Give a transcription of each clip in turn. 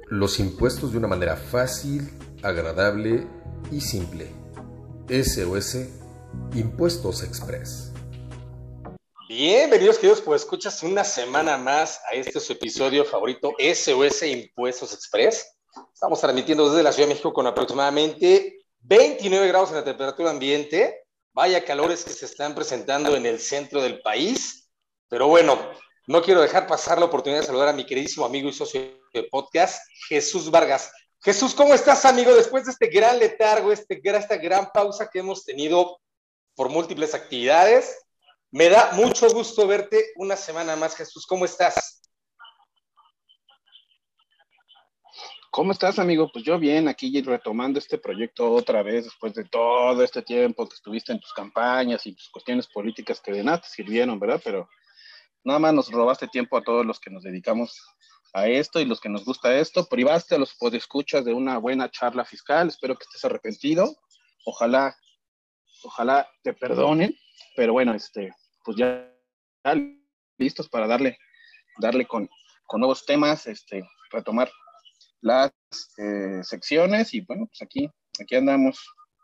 Los impuestos de una manera fácil, agradable y simple. SOS Impuestos Express. Bienvenidos, queridos escuchas una semana más a este su episodio favorito, SOS Impuestos Express. Estamos transmitiendo desde la Ciudad de México con aproximadamente 29 grados en la temperatura ambiente. Vaya calores que se están presentando en el centro del país. Pero bueno, no quiero dejar pasar la oportunidad de saludar a mi queridísimo amigo y socio de podcast, Jesús Vargas. Jesús, ¿cómo estás, amigo? Después de este gran letargo, esta gran pausa que hemos tenido por múltiples actividades. Me da mucho gusto verte una semana más, Jesús. ¿Cómo estás? ¿Cómo estás, amigo? Pues yo bien, aquí retomando este proyecto otra vez, después de todo este tiempo que estuviste en tus campañas y tus cuestiones políticas que de nada te sirvieron, ¿verdad? Pero nada más nos robaste tiempo a todos los que nos dedicamos a esto y los que nos gusta esto. Privaste a los podescuchas de una buena charla fiscal. Espero que estés arrepentido. Ojalá te perdonen. Pero bueno, pues ya listos para darle con nuevos temas, retomar las secciones y bueno, pues aquí andamos.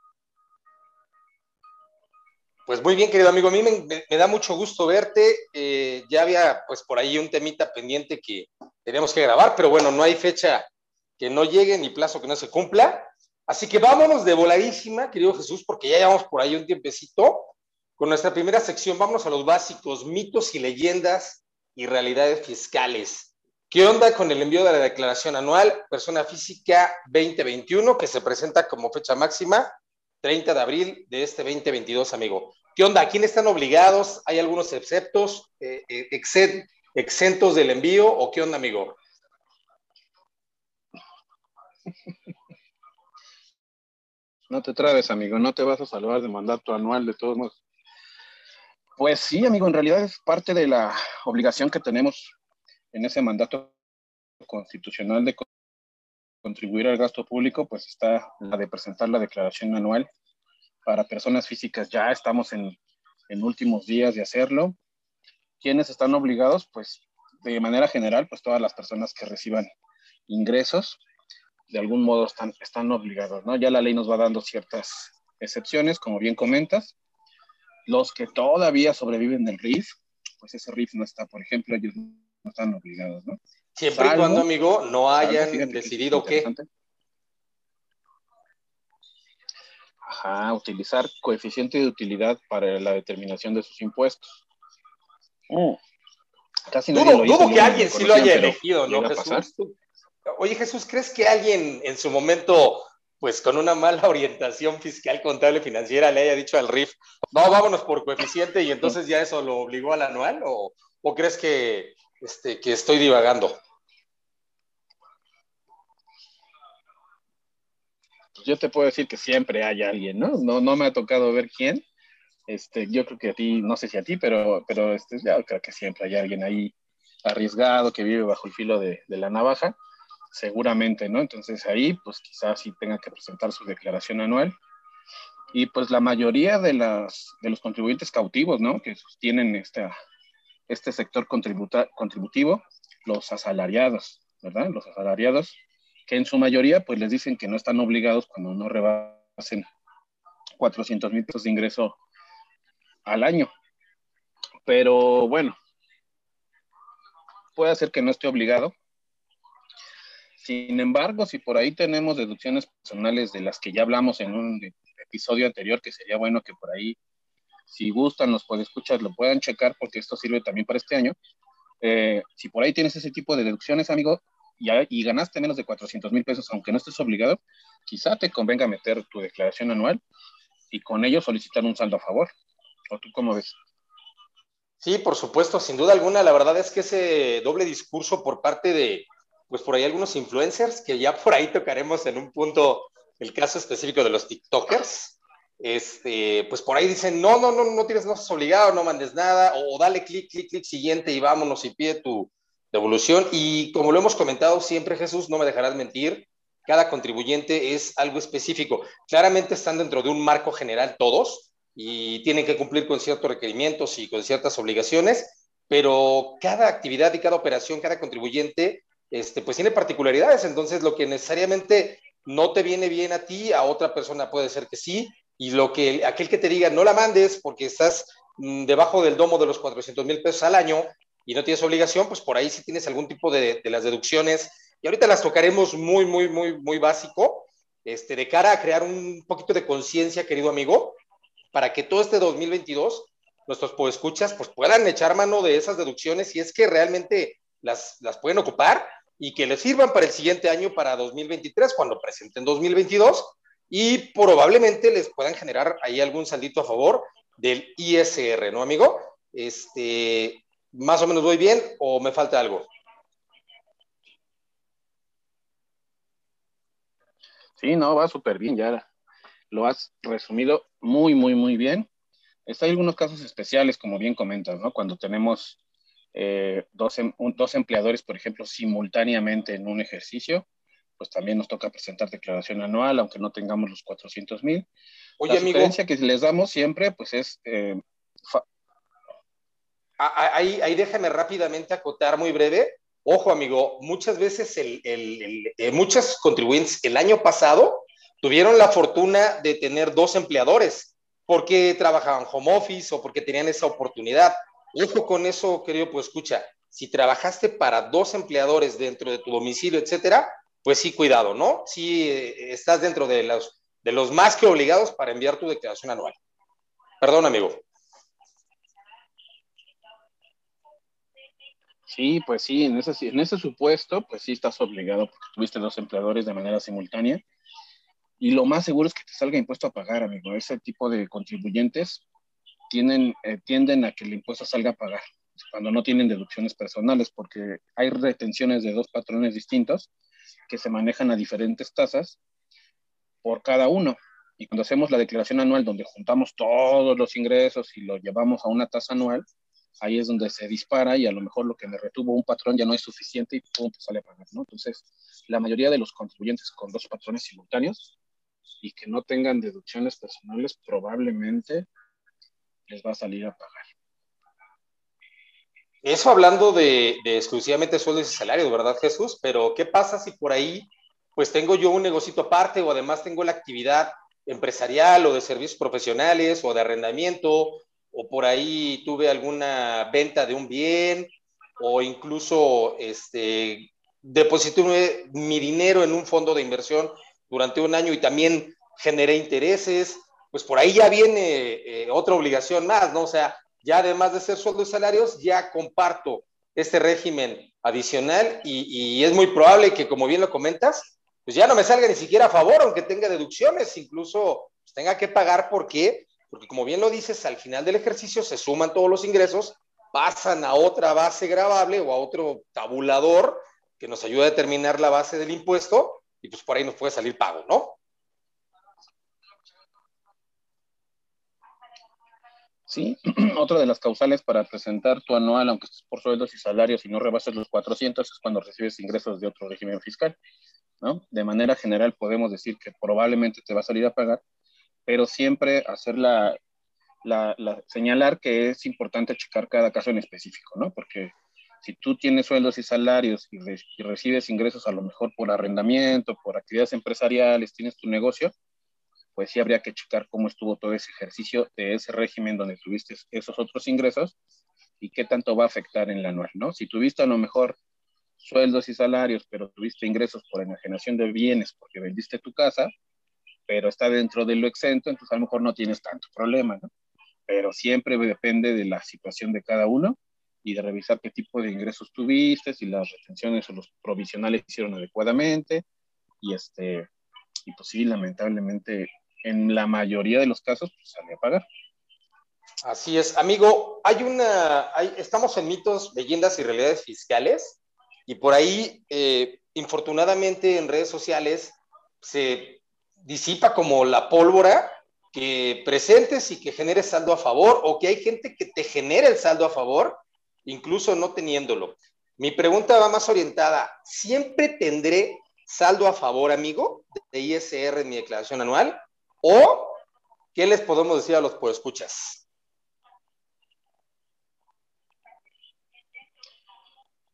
Pues muy bien, querido amigo, a mí me da mucho gusto verte. Ya había pues por ahí un temita pendiente que teníamos que grabar, pero bueno, no hay fecha que no llegue ni plazo que no se cumpla. Así que vámonos de voladísima, querido Jesús, porque ya llevamos por ahí un tiempecito con nuestra primera sección. Vámonos a los básicos, mitos y leyendas y realidades fiscales. ¿Qué onda con el envío de la declaración anual persona física 2021 que se presenta como fecha máxima 30 de abril de este 2022, amigo? ¿Qué onda? ¿A quién están obligados? ¿Hay algunos exceptos, exentos del envío o qué onda, amigo? No te trabes, amigo, no te vas a salvar de mandato anual de todos modos. Pues sí, amigo, en realidad es parte de la obligación que tenemos en ese mandato constitucional de contribuir al gasto público, pues está la de presentar la declaración anual para personas físicas. Ya estamos en últimos días de hacerlo. ¿Quiénes están obligados? Pues de manera general, pues todas las personas que reciban ingresos, de algún modo están obligados, ¿no? Ya la ley nos va dando ciertas excepciones, como bien comentas. Los que todavía sobreviven del RIF, pues ese RIF no está, por ejemplo, ellos no están obligados, ¿no? Siempre y cuando, amigo, no hayan decidido qué. Ajá, utilizar coeficiente de utilidad para la determinación de sus impuestos. Casi nadie lo hizo. Dudo que alguien sí lo haya elegido, ¿no, Jesús? Oye, Jesús, ¿crees que alguien en su momento, pues con una mala orientación fiscal, contable, financiera, le haya dicho al RIF, no, vámonos por coeficiente y entonces ya eso lo obligó al anual? ¿O crees que estoy divagando? Pues yo te puedo decir que siempre hay alguien, ¿no? No me ha tocado ver quién. Yo creo que a ti, no sé si a ti, pero yo creo que siempre hay alguien ahí arriesgado que vive bajo el filo de la navaja, seguramente, ¿no? Entonces ahí, pues quizás sí tenga que presentar su declaración anual. Y pues la mayoría de los contribuyentes cautivos, ¿no? Que sostienen este sector contributivo, los asalariados, ¿verdad? Los asalariados, que en su mayoría, pues les dicen que no están obligados cuando no rebasen 400,000 pesos de ingreso al año. Pero bueno, puede ser que no esté obligado. Sin embargo, si por ahí tenemos deducciones personales de las que ya hablamos en un episodio anterior, que sería bueno que por ahí, si gustan, los podescuchas lo puedan checar, porque esto sirve también para este año. Si por ahí tienes ese tipo de deducciones, amigo, y ganaste menos de 400,000 pesos, aunque no estés obligado, quizá te convenga meter tu declaración anual y con ello solicitar un saldo a favor. ¿O tú cómo ves? Sí, por supuesto, sin duda alguna. La verdad es que ese doble discurso por parte de, pues por ahí algunos influencers, que ya por ahí tocaremos en un punto el caso específico de los TikTokers, pues por ahí dicen, no tienes, no estás obligado, no mandes nada, o dale clic siguiente y vámonos y pide tu devolución. Y como lo hemos comentado siempre, Jesús, no me dejarás mentir, cada contribuyente es algo específico. Claramente están dentro de un marco general todos, y tienen que cumplir con ciertos requerimientos y con ciertas obligaciones, pero cada actividad y cada operación, cada contribuyente pues tiene particularidades. Entonces, lo que necesariamente no te viene bien a ti, a otra persona puede ser que sí, y aquel que te diga no la mandes porque estás debajo del domo de los 400,000 pesos al año y no tienes obligación, pues por ahí sí tienes algún tipo de las deducciones, y ahorita las tocaremos muy, muy, muy, muy básico, de cara a crear un poquito de conciencia, querido amigo, para que todo este 2022 nuestros podescuchas pues puedan echar mano de esas deducciones si es que realmente las pueden ocupar, y que les sirvan para el siguiente año, para 2023, cuando presenten 2022, y probablemente les puedan generar ahí algún saldito a favor del ISR, ¿no, amigo? ¿Más o menos voy bien o me falta algo? Sí, no, va súper bien, ya lo has resumido muy, muy, muy bien. Hay algunos casos especiales, como bien comentas, ¿no? Cuando tenemos dos empleadores, por ejemplo, simultáneamente en un ejercicio, pues también nos toca presentar declaración anual, aunque no tengamos los 400,000. La Oye, amigo, sugerencia que les damos siempre, pues es... ahí déjame rápidamente acotar muy breve. Ojo, amigo, muchas veces muchos contribuyentes el año pasado tuvieron la fortuna de tener dos empleadores porque trabajaban home office o porque tenían esa oportunidad. Ojo con eso, querido, pues escucha, si trabajaste para dos empleadores dentro de tu domicilio, etcétera, pues sí, cuidado, ¿no? Sí, estás dentro de los más que obligados para enviar tu declaración anual. Perdón, amigo. Sí, pues sí, en ese supuesto, pues sí estás obligado porque tuviste dos empleadores de manera simultánea. Y lo más seguro es que te salga impuesto a pagar, amigo. Ese tipo de contribuyentes tienden a que el impuesto salga a pagar cuando no tienen deducciones personales, porque hay retenciones de dos patrones distintos que se manejan a diferentes tasas por cada uno. Y cuando hacemos la declaración anual, donde juntamos todos los ingresos y lo llevamos a una tasa anual, ahí es donde se dispara y a lo mejor lo que me retuvo un patrón ya no es suficiente y pum, te sale a pagar, ¿no? Entonces, la mayoría de los contribuyentes con dos patrones simultáneos y que no tengan deducciones personales probablemente les va a salir a pagar. Eso hablando de exclusivamente sueldos y salarios, ¿verdad, Jesús? Pero ¿qué pasa si por ahí, pues tengo yo un negocito aparte, o además tengo la actividad empresarial o de servicios profesionales o de arrendamiento, o por ahí tuve alguna venta de un bien, o incluso deposité mi dinero en un fondo de inversión durante un año y también generé intereses? Pues por ahí ya viene otra obligación más, ¿no? O sea, ya además de ser sueldos y salarios, ya comparto este régimen adicional, y es muy probable que, como bien lo comentas, pues ya no me salga ni siquiera a favor, aunque tenga deducciones, incluso pues tenga que pagar. ¿Por qué? Porque, como bien lo dices, al final del ejercicio se suman todos los ingresos, pasan a otra base gravable o a otro tabulador que nos ayuda a determinar la base del impuesto, y pues por ahí nos puede salir pago, ¿no? Sí, otra de las causales para presentar tu anual, aunque estés por sueldos y salarios y no rebases los 400, es cuando recibes ingresos de otro régimen fiscal, ¿no? De manera general podemos decir que probablemente te va a salir a pagar, pero siempre hacer señalar que es importante checar cada caso en específico, ¿no? Porque si tú tienes sueldos y salarios y recibes ingresos a lo mejor por arrendamiento, por actividades empresariales, tienes tu negocio, pues sí habría que checar cómo estuvo todo ese ejercicio de ese régimen donde tuviste esos otros ingresos y qué tanto va a afectar en la anual, ¿no? Si tuviste a lo mejor sueldos y salarios, pero tuviste ingresos por enajenación de bienes porque vendiste tu casa, pero está dentro de lo exento, entonces a lo mejor no tienes tanto problema, ¿no? Pero siempre depende de la situación de cada uno y de revisar qué tipo de ingresos tuviste, si las retenciones o los provisionales hicieron adecuadamente, y y pues sí, lamentablemente en la mayoría de los casos pues sale a pagar. Así es, amigo. Estamos en mitos, leyendas y realidades fiscales, y por ahí, infortunadamente, en redes sociales se disipa como la pólvora que presentes y que generes saldo a favor, o que hay gente que te genere el saldo a favor, incluso no teniéndolo. Mi pregunta va más orientada: ¿siempre tendré saldo a favor, amigo, de ISR en mi declaración anual? ¿O qué les podemos decir a los podescuchas?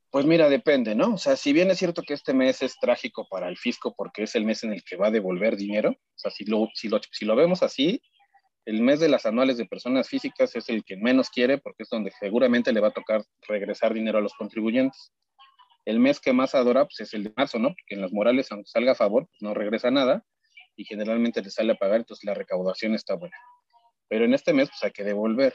Pues mira, depende, ¿no? O sea, si bien es cierto que este mes es trágico para el fisco porque es el mes en el que va a devolver dinero, o sea, si lo vemos así, el mes de las anuales de personas físicas es el que menos quiere porque es donde seguramente le va a tocar regresar dinero a los contribuyentes. El mes que más adora pues, es el de marzo, ¿no? Porque en las morales, aunque salga a favor, pues, no regresa nada y generalmente le sale a pagar, entonces la recaudación está buena. Pero en este mes pues hay que devolver.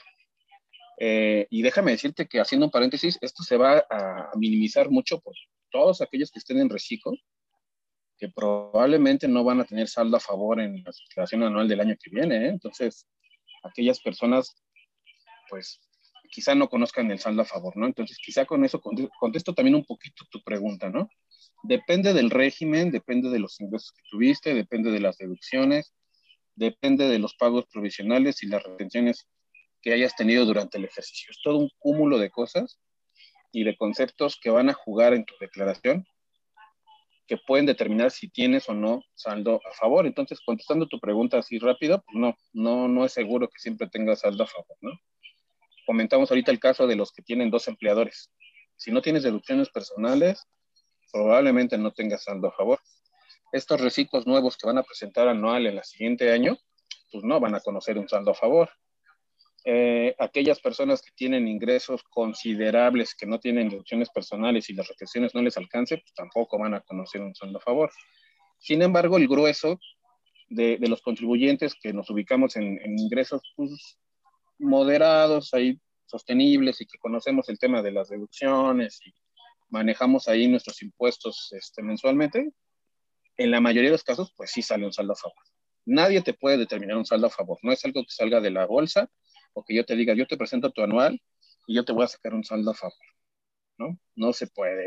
Y déjame decirte que haciendo un paréntesis, esto se va a minimizar mucho por todos aquellos que estén en reciclo, que probablemente no van a tener saldo a favor en la declaración anual del año que viene, ¿eh? Entonces, aquellas personas, pues, quizá no conozcan el saldo a favor, ¿no? Entonces, quizá con eso contesto también un poquito tu pregunta, ¿no? Depende del régimen, depende de los ingresos que tuviste, depende de las deducciones, depende de los pagos provisionales y las retenciones que hayas tenido durante el ejercicio. Es todo un cúmulo de cosas y de conceptos que van a jugar en tu declaración que pueden determinar si tienes o no saldo a favor. Entonces, contestando tu pregunta así rápido, pues no es seguro que siempre tengas saldo a favor, ¿no? Comentamos ahorita el caso de los que tienen dos empleadores. Si no tienes deducciones personales, probablemente no tengas saldo a favor. Estos reciclos nuevos que van a presentar anual en el siguiente año, pues no van a conocer un saldo a favor. Aquellas personas que tienen ingresos considerables, que no tienen deducciones personales y las retenciones no les alcance, pues tampoco van a conocer un saldo a favor. Sin embargo, el grueso de los contribuyentes que nos ubicamos en ingresos pues, moderados, ahí sostenibles y que conocemos el tema de las deducciones y manejamos ahí nuestros impuestos mensualmente, en la mayoría de los casos, pues sí sale un saldo a favor. Nadie te puede determinar un saldo a favor. No es algo que salga de la bolsa o que yo te diga, yo te presento tu anual y yo te voy a sacar un saldo a favor. ¿No? No se puede.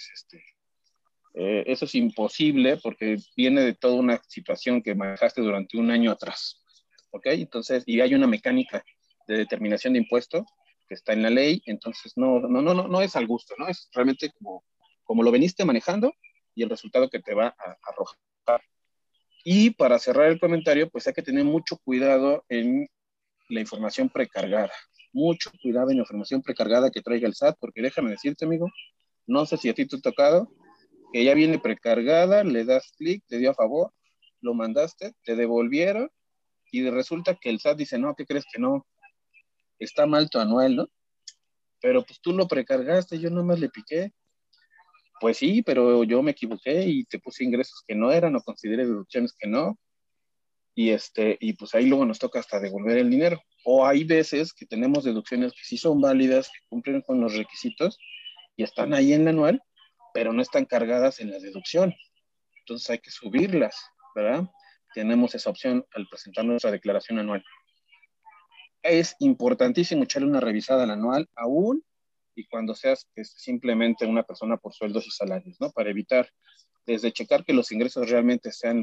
Eso es imposible porque viene de toda una situación que manejaste durante un año atrás. ¿Ok? Entonces, y hay una mecánica de determinación de impuesto que está en la ley, entonces no es al gusto, ¿no? Es realmente como lo veniste manejando y el resultado que te va a arrojar. Y para cerrar el comentario, pues hay que tener mucho cuidado en la información precargada. Mucho cuidado en la información precargada que traiga el SAT, porque déjame decirte, amigo, no sé si a ti te ha tocado, que ya viene precargada, le das clic, te dio a favor, lo mandaste, te devolvieron y resulta que el SAT dice, no, ¿qué crees que no? Está mal tu anual, ¿no? Pero pues tú lo precargaste, yo nomás le piqué. Pues sí, pero yo me equivoqué y te puse ingresos que no eran o consideré deducciones que no. Y pues ahí luego nos toca hasta devolver el dinero. O hay veces que tenemos deducciones que sí son válidas, que cumplen con los requisitos y están ahí en la anual, pero no están cargadas en la deducción. Entonces hay que subirlas, ¿verdad? Tenemos esa opción al presentar nuestra declaración anual. Es importantísimo echarle una revisada al anual, aún y cuando seas simplemente una persona por sueldos y salarios, ¿no? Para evitar desde checar que los ingresos realmente sean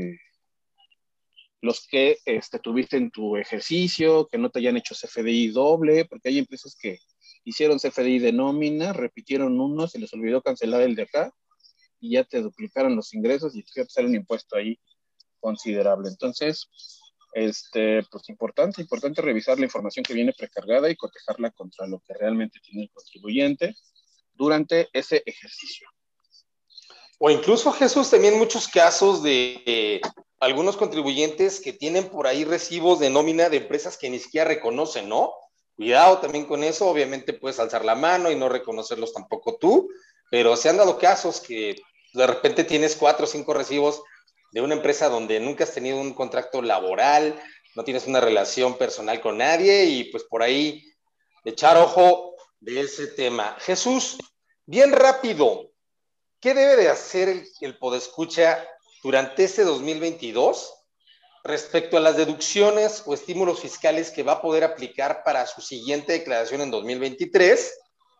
los que tuviste en tu ejercicio, que no te hayan hecho CFDI doble, porque hay empresas que hicieron CFDI de nómina, repitieron uno, se les olvidó cancelar el de acá y ya te duplicaron los ingresos y te sale un impuesto ahí considerable. Entonces, pues importante revisar la información que viene precargada y cotejarla contra lo que realmente tiene el contribuyente durante ese ejercicio. O incluso, Jesús, también muchos casos de algunos contribuyentes que tienen por ahí recibos de nómina de empresas que ni siquiera reconocen, ¿no? Cuidado también con eso, obviamente puedes alzar la mano y no reconocerlos tampoco tú, pero se han dado casos que de repente tienes 4 o 5 recibos de una empresa donde nunca has tenido un contrato laboral, no tienes una relación personal con nadie y pues por ahí echar ojo de ese tema. Jesús, bien rápido, ¿qué debe de hacer el podescucha durante este 2022 respecto a las deducciones o estímulos fiscales que va a poder aplicar para su siguiente declaración en 2023?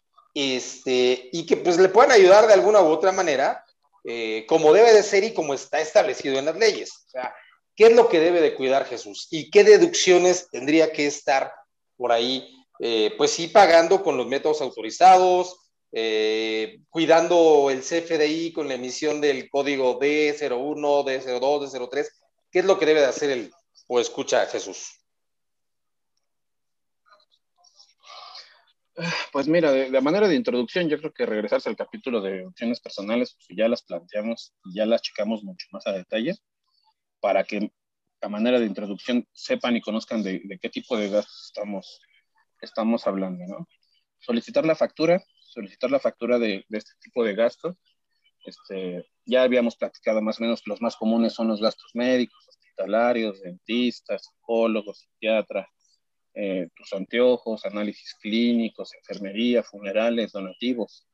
Y que pues le puedan ayudar de alguna u otra manera, como debe de ser y como está establecido en las leyes. O sea, ¿qué es lo que debe de cuidar Jesús? ¿Y qué deducciones tendría que estar por ahí, pues sí, pagando con los métodos autorizados, cuidando el CFDI con la emisión del código D01, D02, D03? ¿Qué es lo que debe de hacer el o escucha Jesús? Pues mira, de manera de introducción, yo creo que regresarse al capítulo de opciones personales, pues ya las planteamos y ya las checamos mucho más a detalle para que a manera de introducción sepan y conozcan de qué tipo de gastos estamos hablando, ¿no? Solicitar la factura de este tipo de gastos. Ya habíamos platicado más o menos que los más comunes son los gastos médicos, hospitalarios, dentistas, psicólogos, psiquiatras, tus anteojos, análisis clínicos, enfermería, funerales, donativos.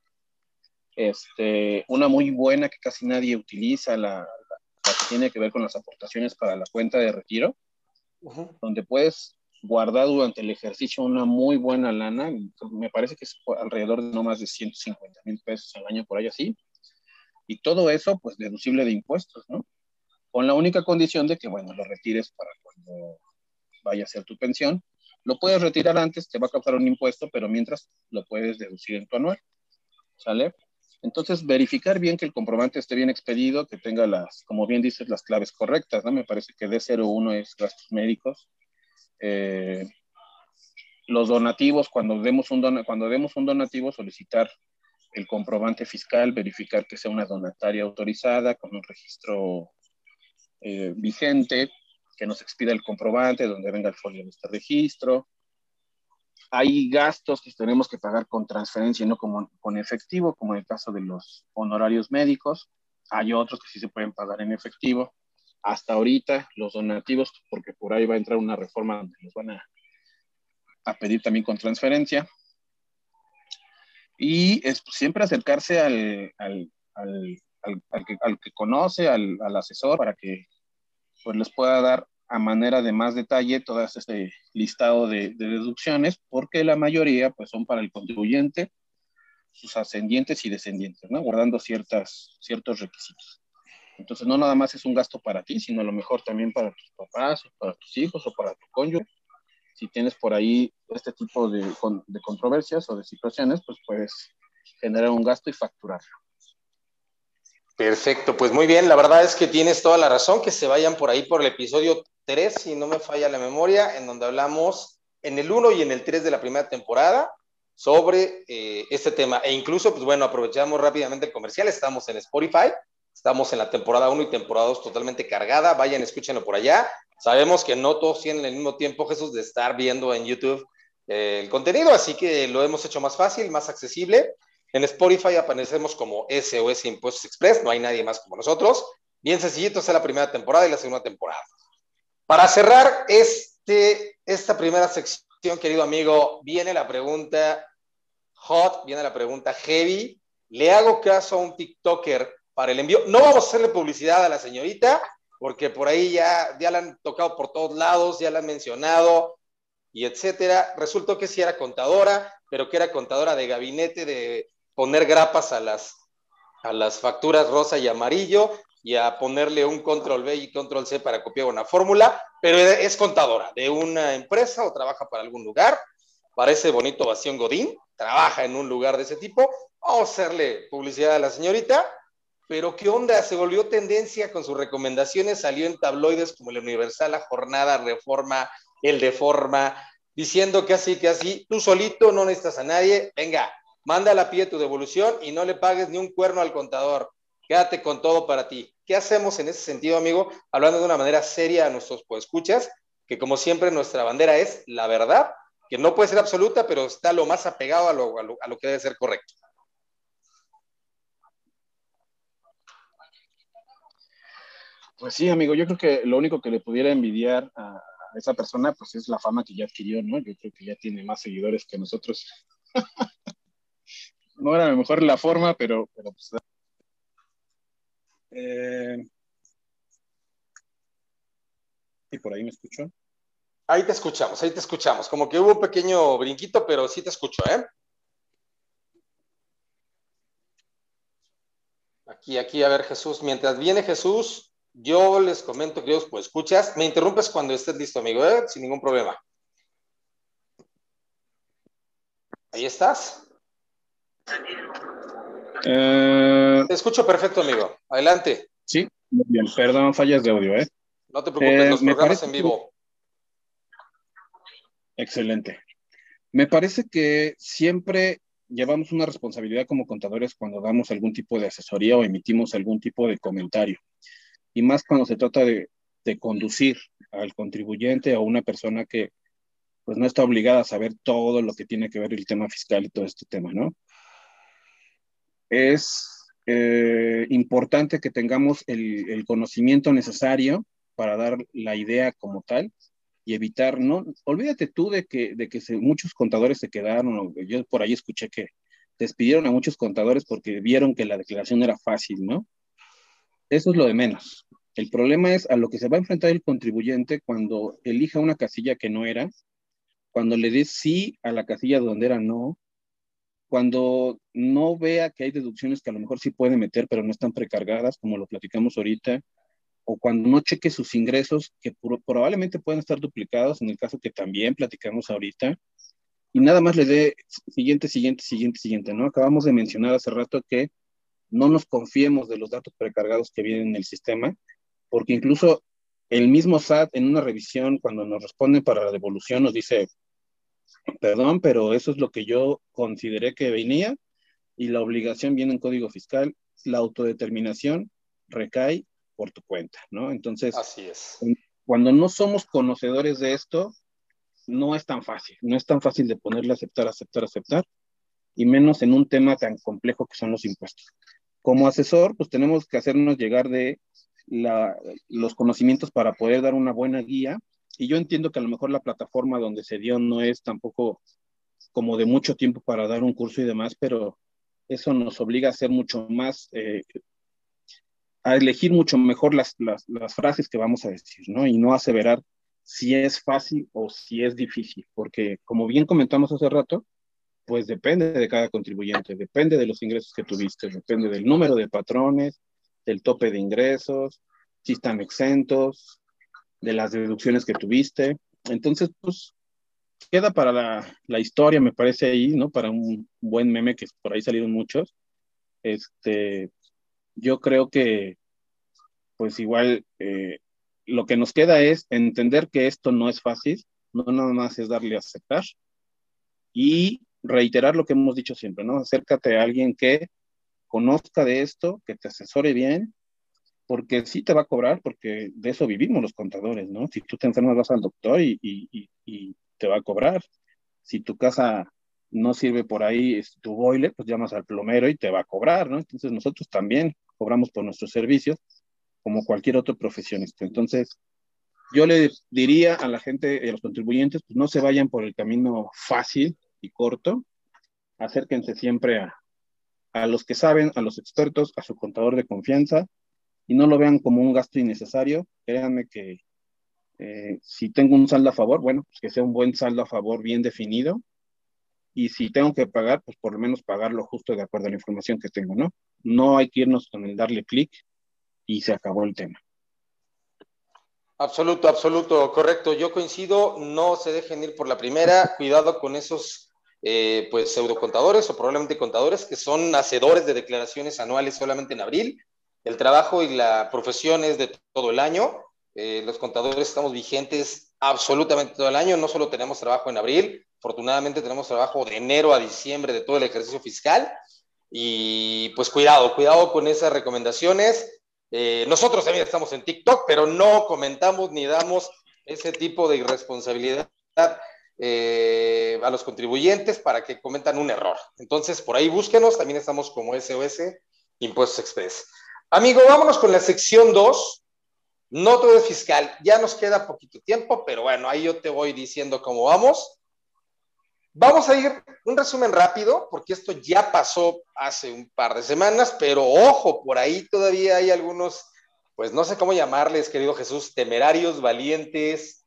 Una muy buena que casi nadie utiliza, la que tiene que ver con las aportaciones para la cuenta de retiro, donde puedes guardar durante el ejercicio una muy buena lana, me parece que es alrededor de no más de 150,000 pesos al año, por ahí así, y todo eso pues deducible de impuestos, ¿no? Con la única condición de que, bueno, lo retires para cuando vaya a ser tu pensión. Lo puedes retirar antes, te va a causar un impuesto, pero mientras lo puedes deducir en tu anual, ¿sale? Entonces, verificar bien que el comprobante esté bien expedido, que tenga como bien dices, las claves correctas, ¿no? Me parece que D01 es gastos médicos. Los donativos, cuando demos un donativo, solicitar el comprobante fiscal, verificar que sea una donataria autorizada, con un registro vigente, que nos expida el comprobante, donde venga el folio de este registro. Hay gastos que tenemos que pagar con transferencia y no con efectivo, como en el caso de los honorarios médicos. Hay otros que sí se pueden pagar en efectivo. Hasta ahorita, los donativos, porque por ahí va a entrar una reforma donde los van a pedir también con transferencia. Y siempre acercarse al que conoce, al asesor, para que pues, les pueda dar a manera de más detalle todo este listado de deducciones, porque la mayoría pues, son para el contribuyente, sus ascendientes y descendientes, ¿no? Guardando ciertos requisitos. Entonces, no nada más es un gasto para ti, sino a lo mejor también para tus papás, o para tus hijos, o para tu cónyuge. Si tienes por ahí este tipo de controversias o de situaciones, pues puedes generar un gasto y facturarlo. Perfecto, pues muy bien, la verdad es que tienes toda la razón, que se vayan por ahí por el episodio 3, si no me falla la memoria, en donde hablamos en el 1 y en el 3 de la primera temporada sobre este tema, e incluso, pues bueno, aprovechamos rápidamente el comercial, estamos en Spotify, estamos en la temporada 1 y temporada 2 totalmente cargada, vayan, escúchenlo por allá, sabemos que no todos tienen el mismo tiempo, Jesús, de estar viendo en YouTube el contenido, así que lo hemos hecho más fácil, más accesible. En Spotify aparecemos como SOS Impuestos Express, no hay nadie más como nosotros. Bien sencillito, esta es la primera temporada y la segunda temporada. Para cerrar esta primera sección, querido amigo, viene la pregunta hot, viene la pregunta heavy. ¿Le hago caso a un TikToker para el envío? No vamos a hacerle publicidad a la señorita, porque por ahí ya la han tocado por todos lados, ya la han mencionado, y etcétera. Resultó que sí era contadora, pero que era contadora de gabinete, de poner grapas a las facturas rosa y amarillo y a ponerle un control B y control C para copiar una fórmula, pero es contadora de una empresa o trabaja para algún lugar, parece bonito Bastión Godín, trabaja en un lugar de ese tipo, vamos a hacerle publicidad a la señorita, pero ¿qué onda? Se volvió tendencia con sus recomendaciones, salió en tabloides como el Universal, La Jornada, Reforma, El Deforma, diciendo que así, tú solito no necesitas a nadie, venga, mándala a pie tu devolución y no le pagues ni un cuerno al contador, quédate con todo para ti. ¿Qué hacemos en ese sentido, amigo? Hablando de una manera seria a nuestros escuchas, que como siempre nuestra bandera es la verdad, que no puede ser absoluta, pero está lo más apegado a lo que debe ser correcto. Pues sí, amigo, yo creo que lo único que le pudiera envidiar a esa persona, pues es la fama que ya adquirió, ¿no? Yo creo que ya tiene más seguidores que nosotros. No era a lo mejor la forma, pero pues... ¿Y por ahí me escuchó? Ahí te escuchamos. Como que hubo un pequeño brinquito, pero sí te escucho, ¿eh? Aquí, a ver, Jesús. Mientras viene Jesús, yo les comento, queridos, pues escuchas. Me interrumpes cuando estés listo, amigo, ¿eh? Sin ningún problema. ¿Ahí estás? Te escucho perfecto, amigo. Adelante. Sí, muy bien. Perdón, fallas de audio, ¿eh? No te preocupes, los me programas parece en vivo. Excelente. Me parece que siempre llevamos una responsabilidad como contadores cuando damos algún tipo de asesoría o emitimos algún tipo de comentario, y más cuando se trata de conducir al contribuyente o una persona que pues no está obligada a saber todo lo que tiene que ver el tema fiscal y todo este tema, ¿no? Es importante que tengamos el conocimiento necesario para dar la idea como tal y evitar, ¿no? Olvídate tú muchos contadores se quedaron, yo por ahí escuché que despidieron a muchos contadores porque vieron que la declaración era fácil, ¿no? Eso es lo de menos. El problema es a lo que se va a enfrentar el contribuyente cuando elija una casilla que no era, cuando le dé sí a la casilla donde era no, cuando no vea que hay deducciones que a lo mejor sí puede meter, pero no están precargadas, como lo platicamos ahorita, o cuando no cheque sus ingresos, que probablemente pueden estar duplicados, en el caso que también platicamos ahorita, y nada más le dé siguiente, siguiente, siguiente, siguiente, ¿no? Acabamos de mencionar hace rato que no nos confiemos de los datos precargados que vienen en el sistema, porque incluso el mismo SAT en una revisión, cuando nos responden para la devolución, nos dice, perdón, pero eso es lo que yo consideré que venía y la obligación viene en código fiscal, la autodeterminación recae por tu cuenta, ¿no? Entonces, Así es. cuando no somos conocedores de esto, no es tan fácil, no es tan fácil de ponerle aceptar, aceptar, aceptar, y menos en un tema tan complejo que son los impuestos. Como asesor, pues tenemos que hacernos llegar de los conocimientos para poder dar una buena guía, y yo entiendo que a lo mejor la plataforma donde se dio no es tampoco como de mucho tiempo para dar un curso y demás, pero eso nos obliga a ser mucho más, a elegir mucho mejor las frases que vamos a decir, ¿no? Y no aseverar si es fácil o si es difícil, porque como bien comentamos hace rato, pues depende de cada contribuyente, depende de los ingresos que tuviste, depende del número de patrones, del tope de ingresos, si están exentos, de las deducciones que tuviste. Entonces, pues queda para la historia, me parece ahí, ¿no? Para un buen meme que por ahí salieron muchos. Este, yo creo que, pues igual, lo que nos queda es entender que esto no es fácil, no nada más es darle a aceptar y reiterar lo que hemos dicho siempre, ¿no? Acércate a alguien que conozca de esto, que te asesore bien, porque sí te va a cobrar, porque de eso vivimos los contadores, ¿no? Si tú te enfermas vas al doctor y te va a cobrar. Si tu casa no sirve por ahí, es tu boiler, pues llamas al plomero y te va a cobrar, ¿no? Entonces nosotros también cobramos por nuestros servicios como cualquier otro profesionista. Entonces, yo le diría a la gente, a los contribuyentes, pues no se vayan por el camino fácil y corto, acérquense siempre a los que saben, a los expertos, a su contador de confianza, y no lo vean como un gasto innecesario. Créanme que si tengo un saldo a favor, bueno, pues que sea un buen saldo a favor bien definido, y si tengo que pagar, pues por lo menos pagarlo justo de acuerdo a la información que tengo, ¿no? No hay que irnos con el darle clic y se acabó el tema. Absoluto, absoluto, correcto. Yo coincido, no se dejen ir por la primera, cuidado con esos pues pseudocontadores o probablemente contadores que son hacedores de declaraciones anuales solamente en abril. El trabajo y la profesión es de todo el año. Los contadores estamos vigentes absolutamente todo el año, no solo tenemos trabajo en abril, afortunadamente tenemos trabajo de enero a diciembre de todo el ejercicio fiscal y pues cuidado, cuidado con esas recomendaciones. Nosotros también estamos en TikTok, pero no comentamos ni damos ese tipo de irresponsabilidad a los contribuyentes para que cometan un error. Entonces, por ahí búsquenos, también estamos como SOS Impuestos Express. Amigo, vámonos con la sección 2. No todo es fiscal. Ya nos queda poquito tiempo, pero bueno, ahí yo te voy diciendo cómo vamos. Vamos a ir un resumen rápido, porque esto ya pasó hace un par de semanas, pero ojo, por ahí todavía hay algunos, pues no sé cómo llamarles, querido Jesús, temerarios, valientes,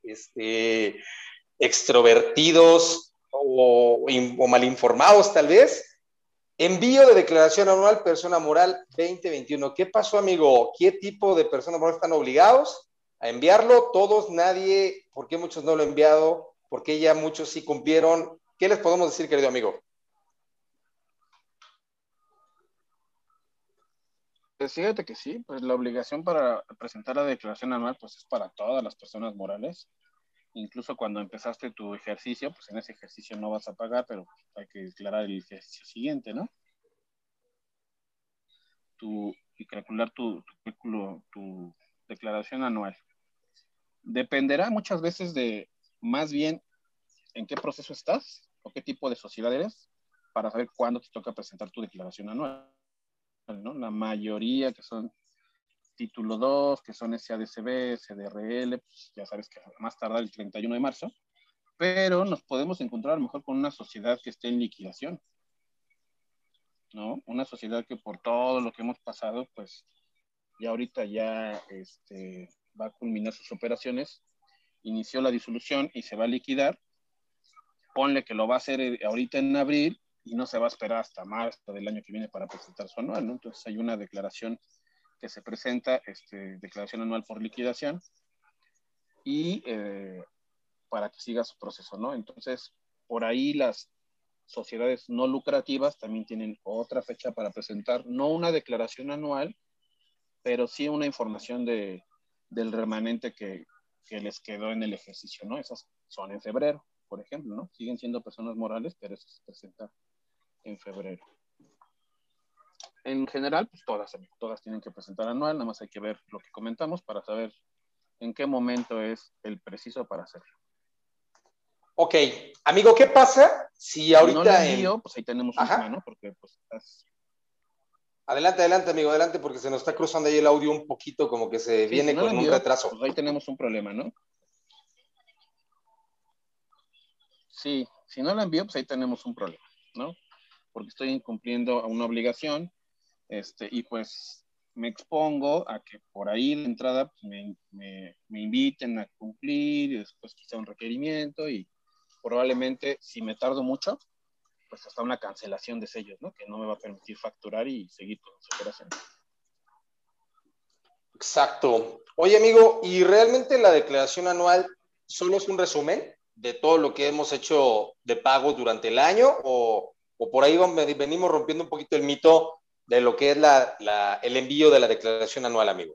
extrovertidos o malinformados tal vez. Envío de declaración anual persona moral 2021. ¿Qué pasó, amigo? ¿Qué tipo de personas moral están obligados a enviarlo? Todos, nadie. ¿Por qué muchos no lo han enviado? ¿Por qué ya muchos sí cumplieron? ¿Qué les podemos decir, querido amigo? Pues fíjate que sí, pues la obligación para presentar la declaración anual pues es para todas las personas morales. incluso cuando empezaste tu ejercicio, pues en ese ejercicio no vas a pagar, pero hay que declarar el ejercicio siguiente, ¿no? Y calcular tu declaración anual. Dependerá muchas veces de más bien en qué proceso estás o qué tipo de sociedad eres para saber cuándo te toca presentar tu declaración anual, ¿no? La mayoría que son título 2, que son SADCB, SDRL, pues ya sabes que más tardar el 31 de marzo, pero nos podemos encontrar a lo mejor con una sociedad que esté en liquidación, ¿no? Una sociedad que por todo lo que hemos pasado, pues ya ahorita ya va a culminar sus operaciones, inició la disolución y se va a liquidar. Ponle que lo va a hacer ahorita en abril y no se va a esperar hasta marzo del año que viene para presentar su anual, ¿no? Entonces hay una declaración que se presenta, declaración anual por liquidación, y para que siga su proceso, ¿no? Entonces, por ahí las sociedades no lucrativas también tienen otra fecha para presentar, no una declaración anual, pero sí una información del remanente que les quedó en el ejercicio, ¿no? Esas son en febrero, por ejemplo, ¿no? Siguen siendo personas morales, pero eso se presenta en febrero. En general, pues todas tienen que presentar anual, nada más hay que ver lo que comentamos para saber en qué momento es el preciso para hacerlo. Ok, amigo, ¿qué pasa si ahorita no la envío, pues ahí tenemos un tema, ¿no? Porque pues Adelante, amigo, adelante, porque se nos está cruzando ahí el audio un poquito, como que se viene con un retraso. Pues ahí tenemos un problema, ¿no? Sí, si no la envío, pues ahí tenemos un problema, ¿no? Porque estoy incumpliendo a una obligación, y pues me expongo a que por ahí de entrada pues, me inviten a cumplir, y después quizá un requerimiento, y probablemente si me tardo mucho, pues hasta una cancelación de sellos, ¿no? Que no me va a permitir facturar y seguir con las operaciones. Exacto. Oye, amigo, ¿y realmente la declaración anual solo es un resumen de todo lo que hemos hecho de pago durante el año? ¿O por ahí venimos rompiendo un poquito el mito de lo que es el envío de la declaración anual, amigo?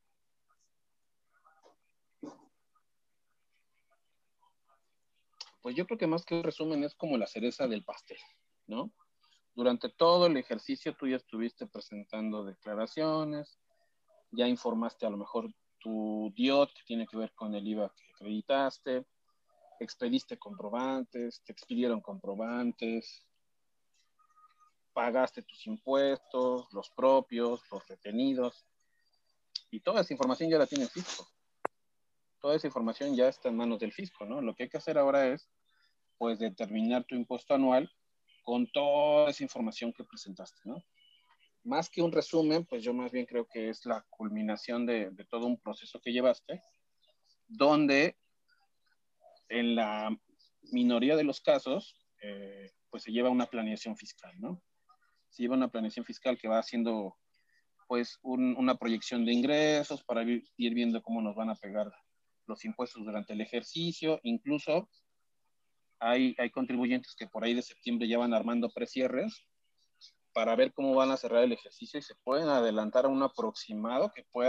Pues yo creo que más que un resumen es como la cereza del pastel, ¿no? Durante todo el ejercicio tú ya estuviste presentando declaraciones, ya informaste a lo mejor tu DIOT, que tiene que ver con el IVA que acreditaste, expediste comprobantes, te expidieron comprobantes, pagaste tus impuestos, los propios, los retenidos, y toda esa información ya la tiene el fisco. Toda esa información ya está en manos del fisco, ¿no? Lo que hay que hacer ahora es, pues, determinar tu impuesto anual con toda esa información que presentaste, ¿no? Más que un resumen, pues yo más bien creo que es la culminación de todo un proceso que llevaste, donde en la minoría de los casos, pues se lleva una planeación fiscal, ¿no? Se lleva una planeación fiscal que va haciendo, pues, una proyección de ingresos para ir viendo cómo nos van a pegar los impuestos durante el ejercicio. Incluso hay contribuyentes que por ahí de septiembre ya van armando precierres para ver cómo van a cerrar el ejercicio y se pueden adelantar a un aproximado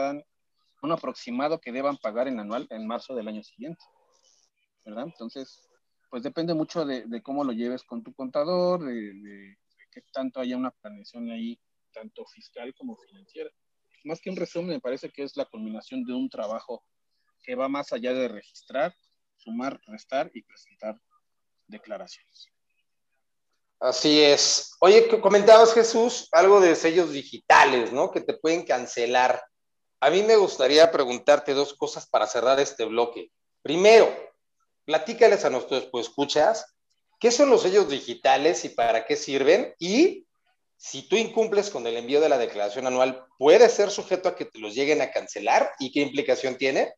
que deban pagar en anual en marzo del año siguiente, ¿verdad? Entonces, pues depende mucho de cómo lo lleves con tu contador, de qué tanto haya una planeación ahí, tanto fiscal como financiera. Más que un resumen, me parece que es la culminación de un trabajo que va más allá de registrar, sumar, restar y presentar declaraciones. Así es. Oye, comentabas, Jesús, algo de sellos digitales, ¿no? Que te pueden cancelar. A mí me gustaría preguntarte dos cosas para cerrar este bloque. Primero, platícales a nuestros escuchas qué son los sellos digitales y para qué sirven. Y si tú incumples con el envío de la declaración anual, ¿puedes ser sujeto a que te los lleguen a cancelar? ¿Y qué implicación tiene?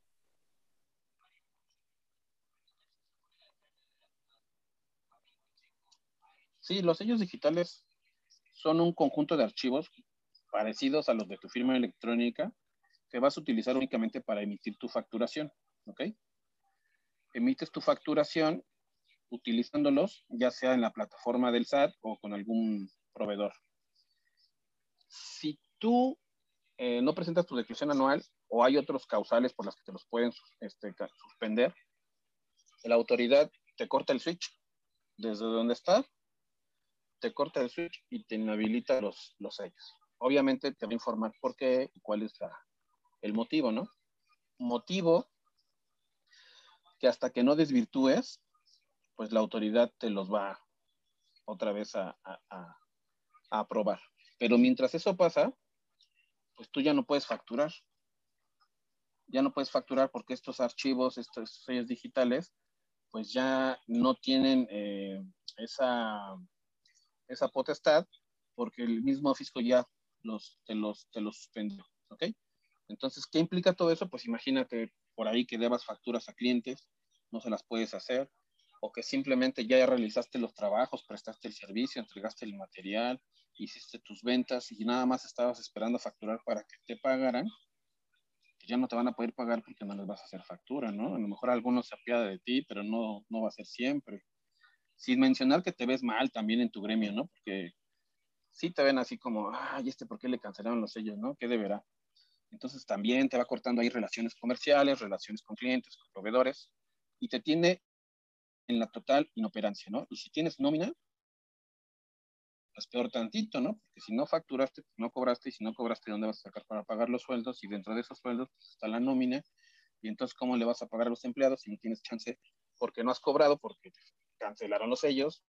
Sí, los sellos digitales son un conjunto de archivos parecidos a los de tu firma electrónica que vas a utilizar únicamente para emitir tu facturación, ¿ok? Emites tu facturación utilizándolos, ya sea en la plataforma del SAT o con algún proveedor. Si tú no presentas tu declaración anual o hay otros causales por las que te los pueden suspender, La autoridad te corta el switch desde donde está, te corta el switch y te inhabilita los sellos. Obviamente te va a informar por qué y cuál es el motivo, ¿no? Motivo que hasta que no desvirtúes, pues la autoridad te los va otra vez a aprobar. Pero mientras eso pasa, pues tú ya no puedes facturar. Ya no puedes facturar porque estos archivos, estos sellos digitales, pues ya no tienen esa potestad porque el mismo fisco ya te los suspendió, ¿ok? Entonces, ¿qué implica todo eso? Pues imagínate por ahí que debas facturas a clientes, no se las puedes hacer, o que simplemente ya realizaste los trabajos, prestaste el servicio, entregaste el material, hiciste tus ventas y nada más estabas esperando facturar para que te pagaran, pues ya no te van a poder pagar porque no les vas a hacer factura, ¿no? A lo mejor algunos se apiadan de ti, pero no va a ser siempre. Sin mencionar que te ves mal también en tu gremio, ¿no? Porque sí te ven así como, ay, ¿por qué le cancelaron los sellos, no? ¿Qué deberá? Entonces también te va cortando ahí relaciones comerciales, relaciones con clientes, con proveedores, y te tiene en la total inoperancia, ¿no? Y si tienes nómina, pues peor tantito, ¿no? Porque si no facturaste, pues no cobraste, y si no cobraste, ¿dónde vas a sacar para pagar los sueldos? Y dentro de esos sueldos pues, está la nómina, y entonces, ¿cómo le vas a pagar a los empleados si no tienes chance? Porque no has cobrado, porque cancelaron los sellos.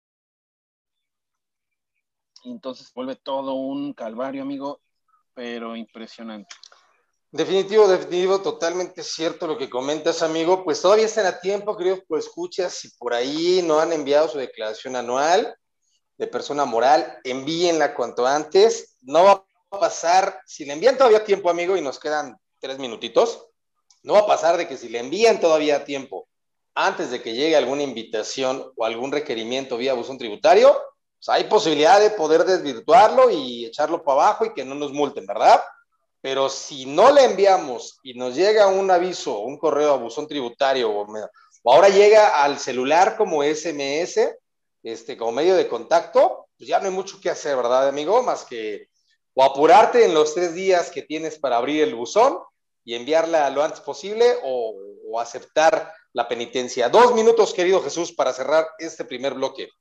Y entonces vuelve todo un calvario, amigo, pero impresionante. Definitivo, totalmente cierto lo que comentas, amigo. Pues todavía están a tiempo, queridos, pues escuchas, si por ahí no han enviado su declaración anual de persona moral, envíenla cuanto antes. No va a pasar, si le envían todavía a tiempo, amigo, y nos quedan 3 minutitos, no va a pasar de que si le envían todavía a tiempo, antes de que llegue alguna invitación o algún requerimiento vía buzón tributario, pues hay posibilidad de poder desvirtuarlo y echarlo para abajo y que no nos multen, ¿verdad? Pero si no le enviamos y nos llega un aviso, un correo a buzón tributario o ahora llega al celular como SMS, como medio de contacto, pues ya no hay mucho que hacer, ¿verdad, amigo? Más que o apurarte en los 3 días que tienes para abrir el buzón y enviarla lo antes posible o aceptar la penitencia. 2 minutos, querido Jesús, para cerrar este primer bloque.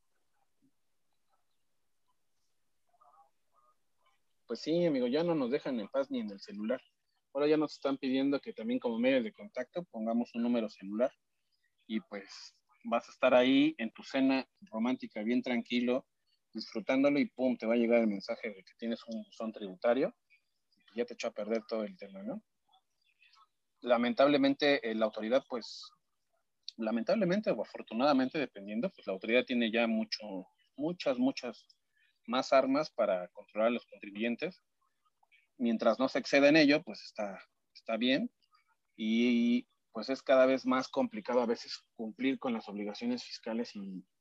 Pues sí, amigo, ya no nos dejan en paz ni en el celular. Ahora ya nos están pidiendo que también como medio de contacto pongamos un número celular y pues vas a estar ahí en tu cena romántica bien tranquilo, disfrutándolo y pum, te va a llegar el mensaje de que tienes un buzón tributario y ya te echó a perder todo el tema, ¿no? Lamentablemente la autoridad pues, lamentablemente o afortunadamente dependiendo, pues la autoridad tiene ya muchas más armas para controlar a los contribuyentes. Mientras no se exceda en ello, pues está bien. Y pues es cada vez más complicado a veces cumplir con las obligaciones fiscales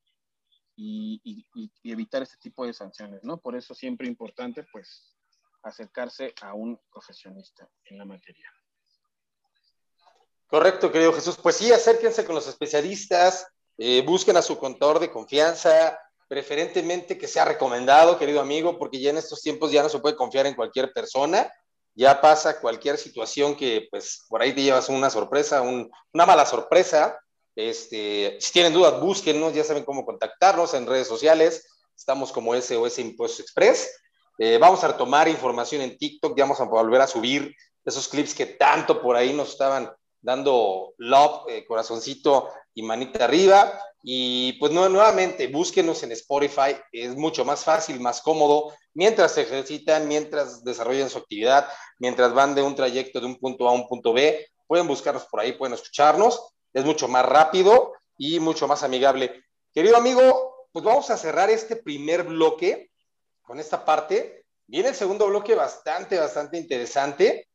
y evitar este tipo de sanciones, ¿no? Por eso siempre importante, pues, acercarse a un profesionista en la materia. Correcto, querido Jesús. Pues sí, acérquense con los especialistas, busquen a su contador de confianza, preferentemente que sea recomendado, querido amigo, porque ya en estos tiempos ya no se puede confiar en cualquier persona, ya pasa cualquier situación que pues por ahí te llevas una sorpresa, una mala sorpresa. Si tienen dudas, búsquennos, ya saben cómo contactarnos en redes sociales, estamos como SOS Impuestos Express. Vamos a retomar información en TikTok, ya vamos a volver a subir esos clips que tanto por ahí nos estaban dando love, corazoncito y manita arriba. Y pues nuevamente, búsquenos en Spotify, es mucho más fácil, más cómodo, mientras se ejercitan, mientras desarrollan su actividad, mientras van de un trayecto de un punto A a un punto B, pueden buscarnos por ahí, pueden escucharnos, es mucho más rápido y mucho más amigable. Querido amigo, pues vamos a cerrar este primer bloque con esta parte. Viene el segundo bloque bastante interesante.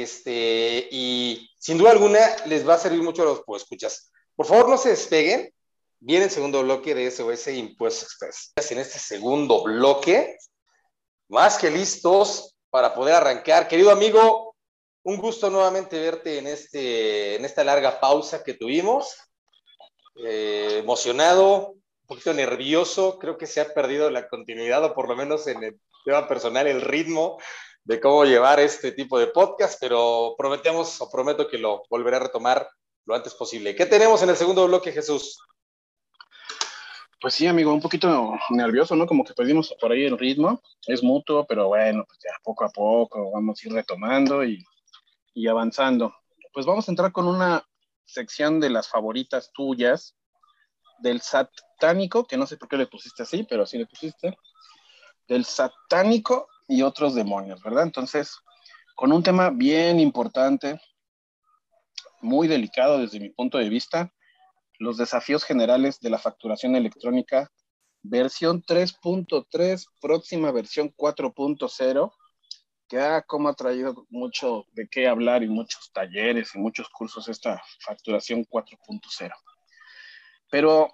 Y sin duda alguna les va a servir mucho a los podescuchas. Por favor, no se despeguen. Viene el segundo bloque de SOS Impuestos Express. En este segundo bloque, más que listos para poder arrancar. Querido amigo, un gusto nuevamente verte en esta larga pausa que tuvimos. Emocionado, un poquito nervioso. Creo que se ha perdido la continuidad, o por lo menos en el tema personal, el ritmo de cómo llevar este tipo de podcast, pero prometo que lo volveré a retomar lo antes posible. ¿Qué tenemos en el segundo bloque, Jesús? Pues sí, amigo, un poquito nervioso, ¿no? Como que perdimos por ahí el ritmo. Es mutuo, pero bueno, pues ya poco a poco vamos a ir retomando y avanzando. Pues vamos a entrar con una sección de las favoritas tuyas, del satánico, que no sé por qué le pusiste así, pero así le pusiste, del satánico y otros demonios, ¿verdad? Entonces, con un tema bien importante, muy delicado desde mi punto de vista, los desafíos generales de la facturación electrónica, versión 3.3, próxima versión 4.0, que como ha traído mucho de qué hablar y muchos talleres y muchos cursos esta facturación 4.0. Pero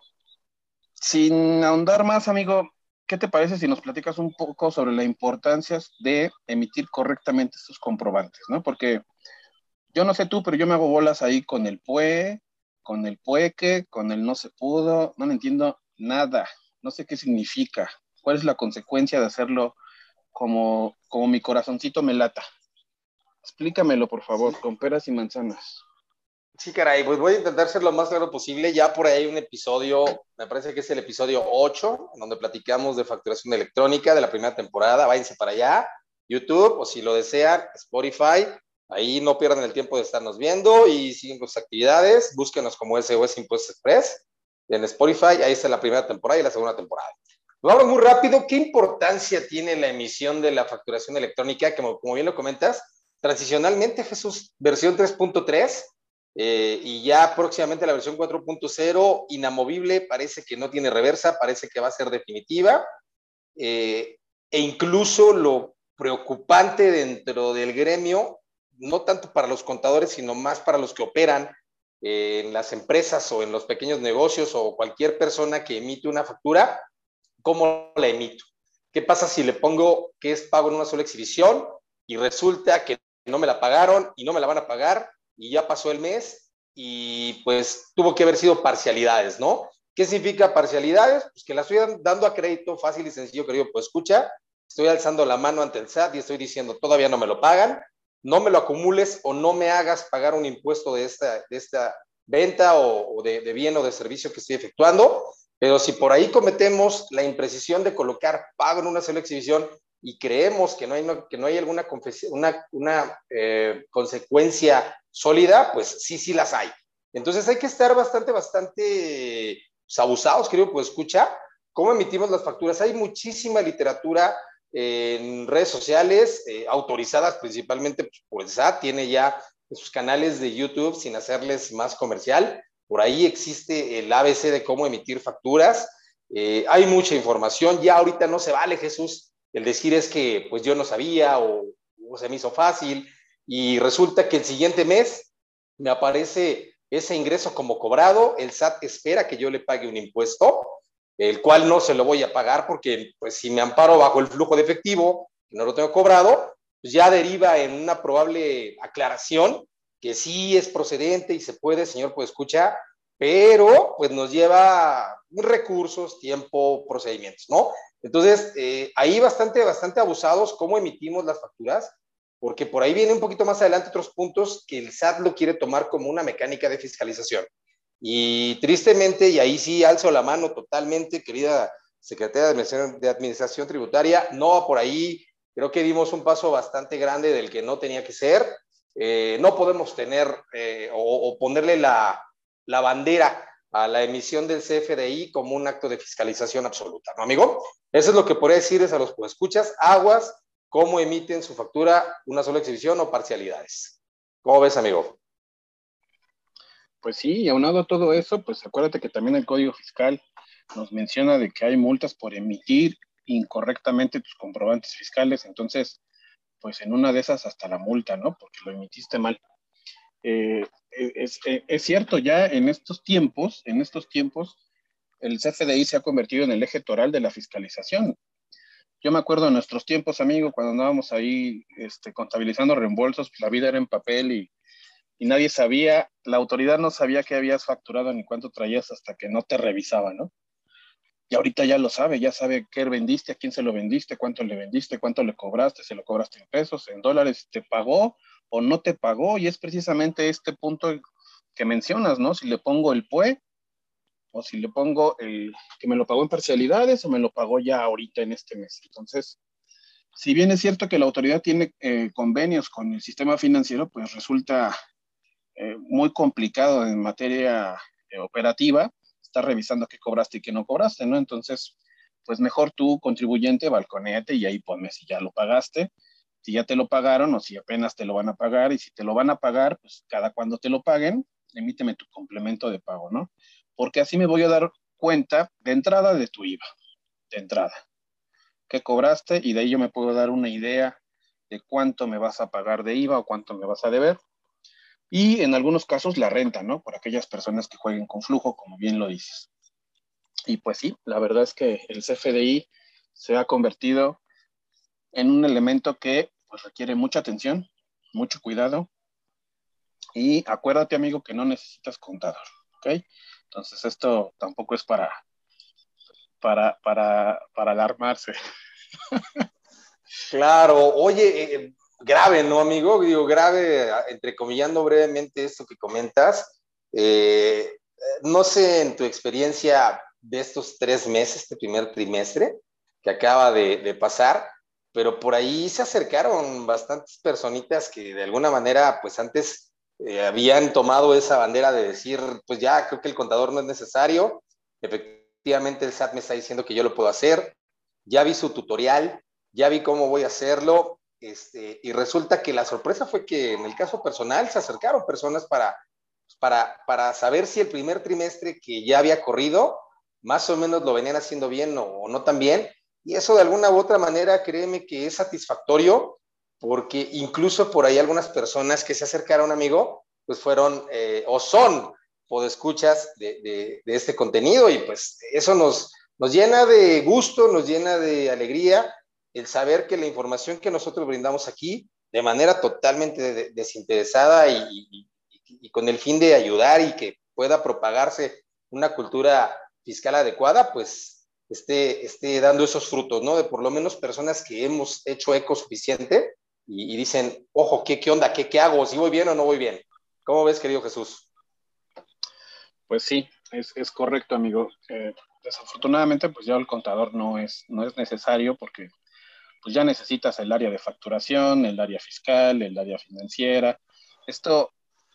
sin ahondar más, amigo, ¿qué te parece si nos platicas un poco sobre la importancia de emitir correctamente estos comprobantes, ¿no? Porque yo no sé tú, pero yo me hago bolas ahí con el PUE, con el PUEQUE, con el no se pudo, no le entiendo nada, no sé qué significa, cuál es la consecuencia de hacerlo como mi corazoncito me lata. Explícamelo, por favor, con peras y manzanas. Sí, caray, pues voy a intentar ser lo más claro posible. Ya por ahí hay un episodio, me parece que es el episodio 8, en donde platicamos de facturación electrónica de la primera temporada. Váyanse para allá, YouTube, o si lo desean, Spotify. Ahí no pierdan el tiempo de estarnos viendo y siguen con sus actividades. Búsquenos como SOS Impuestos Express en Spotify. Ahí está la primera temporada y la segunda temporada. Vamos muy rápido. ¿Qué importancia tiene la emisión de la facturación electrónica? Como bien lo comentas, transicionalmente, Jesús, versión 3.3. Y ya próximamente la versión 4.0, inamovible, parece que no tiene reversa, parece que va a ser definitiva, e incluso lo preocupante dentro del gremio, no tanto para los contadores, sino más para los que operan en las empresas o en los pequeños negocios o cualquier persona que emite una factura, ¿cómo la emito? ¿Qué pasa si le pongo que es pago en una sola exhibición y resulta que no me la pagaron y no me la van a pagar y ya pasó el mes y pues tuvo que haber sido parcialidades, ¿no? ¿Qué significa parcialidades? Pues que la estoy dando a crédito fácil y sencillo, querido, pues escucha, estoy alzando la mano ante el SAT y estoy diciendo, todavía no me lo pagan, no me lo acumules o no me hagas pagar un impuesto de esta venta o de bien o de servicio que estoy efectuando, pero si por ahí cometemos la imprecisión de colocar pago en una sola exhibición y creemos que no hay alguna consecuencia sólida, pues sí las hay. Entonces hay que estar bastante pues, abusados, creo, pues escucha cómo emitimos las facturas. Hay muchísima literatura en redes sociales, autorizadas principalmente por el SAT, tiene ya sus canales de YouTube sin hacerles más comercial. Por ahí existe el ABC de cómo emitir facturas. Hay mucha información. Ya ahorita no se vale, Jesús, el decir es que pues yo no sabía o se me hizo fácil y resulta que el siguiente mes me aparece ese ingreso como cobrado, el SAT espera que yo le pague un impuesto, el cual no se lo voy a pagar porque pues si me amparo bajo el flujo de efectivo, que no lo tengo cobrado, pues ya deriva en una probable aclaración que sí es procedente y se puede, señor, pues escucha, pero pues nos lleva recursos, tiempo, procedimientos, ¿no? Entonces, ahí bastante abusados cómo emitimos las facturas, porque por ahí viene un poquito más adelante otros puntos que el SAT lo quiere tomar como una mecánica de fiscalización. Y tristemente, y ahí sí alzo la mano totalmente, querida Secretaría de Administración Tributaria, no va por ahí, creo que dimos un paso bastante grande del que no tenía que ser. No podemos tener o ponerle la bandera a la emisión del CFDI como un acto de fiscalización absoluta, ¿no, amigo? Eso es lo que podría decirles a los que escuchas, aguas, cómo emiten su factura, una sola exhibición o parcialidades. ¿Cómo ves, amigo? Pues sí, y aunado a todo eso, pues acuérdate que también el Código Fiscal nos menciona de que hay multas por emitir incorrectamente tus comprobantes fiscales, entonces, pues en una de esas hasta la multa, ¿no? Porque lo emitiste mal. Es cierto, ya en estos tiempos, el CFDI se ha convertido en el eje toral de la fiscalización. Yo me acuerdo en nuestros tiempos, amigo, cuando andábamos ahí contabilizando reembolsos, pues la vida era en papel y nadie sabía, la autoridad no sabía qué habías facturado ni cuánto traías hasta que no te revisaba, ¿no? Y ahorita ya lo sabe, ya sabe qué vendiste, a quién se lo vendiste, cuánto le vendiste, cuánto le cobraste, se lo cobraste en pesos, en dólares, te pagó o no te pagó, y es precisamente este punto que mencionas, ¿no? Si le pongo el PUE o si le pongo el que me lo pagó en parcialidades o me lo pagó ya ahorita en este mes. Entonces, si bien es cierto que la autoridad tiene convenios con el sistema financiero, pues resulta muy complicado en materia operativa estar revisando qué cobraste y qué no cobraste, ¿no? Entonces, pues mejor tú, contribuyente, balconéate y ahí ponme si ya lo pagaste, si ya te lo pagaron o si apenas te lo van a pagar, y si te lo van a pagar, pues cada cuando te lo paguen, emíteme tu complemento de pago, ¿no? Porque así me voy a dar cuenta de entrada de tu IVA, de entrada, qué cobraste, y de ahí yo me puedo dar una idea de cuánto me vas a pagar de IVA o cuánto me vas a deber. Y en algunos casos la renta, ¿no? Por aquellas personas que jueguen con flujo, como bien lo dices. Y pues sí, la verdad es que el CFDI se ha convertido en un elemento que pues, requiere mucha atención, mucho cuidado. Y acuérdate, amigo, que no necesitas contador, ¿ok? Entonces esto tampoco es para alarmarse. Claro, oye, grave, ¿no, amigo? Digo, grave, entrecomillando brevemente esto que comentas. No sé, en tu experiencia de estos 3 meses, este primer trimestre que acaba de pasar, pero por ahí se acercaron bastantes personitas que de alguna manera, pues antes habían tomado esa bandera de decir, pues ya, creo que el contador no es necesario. Efectivamente, el SAT me está diciendo que yo lo puedo hacer. Ya vi su tutorial, ya vi cómo voy a hacerlo, y resulta que la sorpresa fue que en el caso personal se acercaron personas para saber si el primer trimestre que ya había corrido, más o menos lo venían haciendo bien o no tan bien, y eso de alguna u otra manera, créeme que es satisfactorio, porque incluso por ahí algunas personas que se acercaron, amigo, pues fueron o son podescuchas de este contenido, y pues eso nos llena de gusto, nos llena de alegría el saber que la información que nosotros brindamos aquí, de manera totalmente desinteresada y con el fin de ayudar y que pueda propagarse una cultura fiscal adecuada, pues esté dando esos frutos, ¿no? De por lo menos personas que hemos hecho eco suficiente y dicen, ojo, ¿qué onda? ¿Qué hago? ¿Si voy bien o no voy bien? ¿Cómo ves, querido Jesús? Pues sí, es correcto, amigo. Desafortunadamente, pues ya el contador no es necesario porque pues ya necesitas el área de facturación, el área fiscal, el área financiera. Esto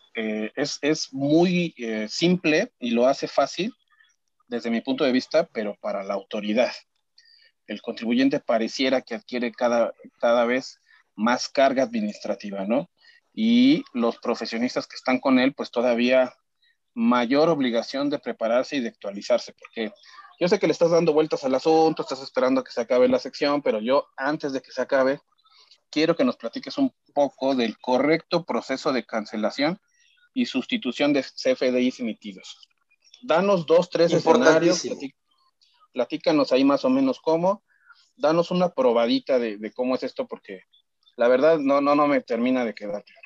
es muy simple y lo hace fácil desde mi punto de vista, pero para la autoridad. El contribuyente pareciera que adquiere cada vez más carga administrativa, ¿no? Y los profesionistas que están con él, pues todavía mayor obligación de prepararse y de actualizarse, porque yo sé que le estás dando vueltas al asunto, estás esperando a que se acabe la sección, pero yo, antes de que se acabe, quiero que nos platiques un poco del correcto proceso de cancelación y sustitución de CFDIs emitidos. Danos 2, 3 escenarios, Importantísimo. platícanos ahí más o menos cómo, danos una probadita de cómo es esto, porque la verdad no me termina de quedar claro.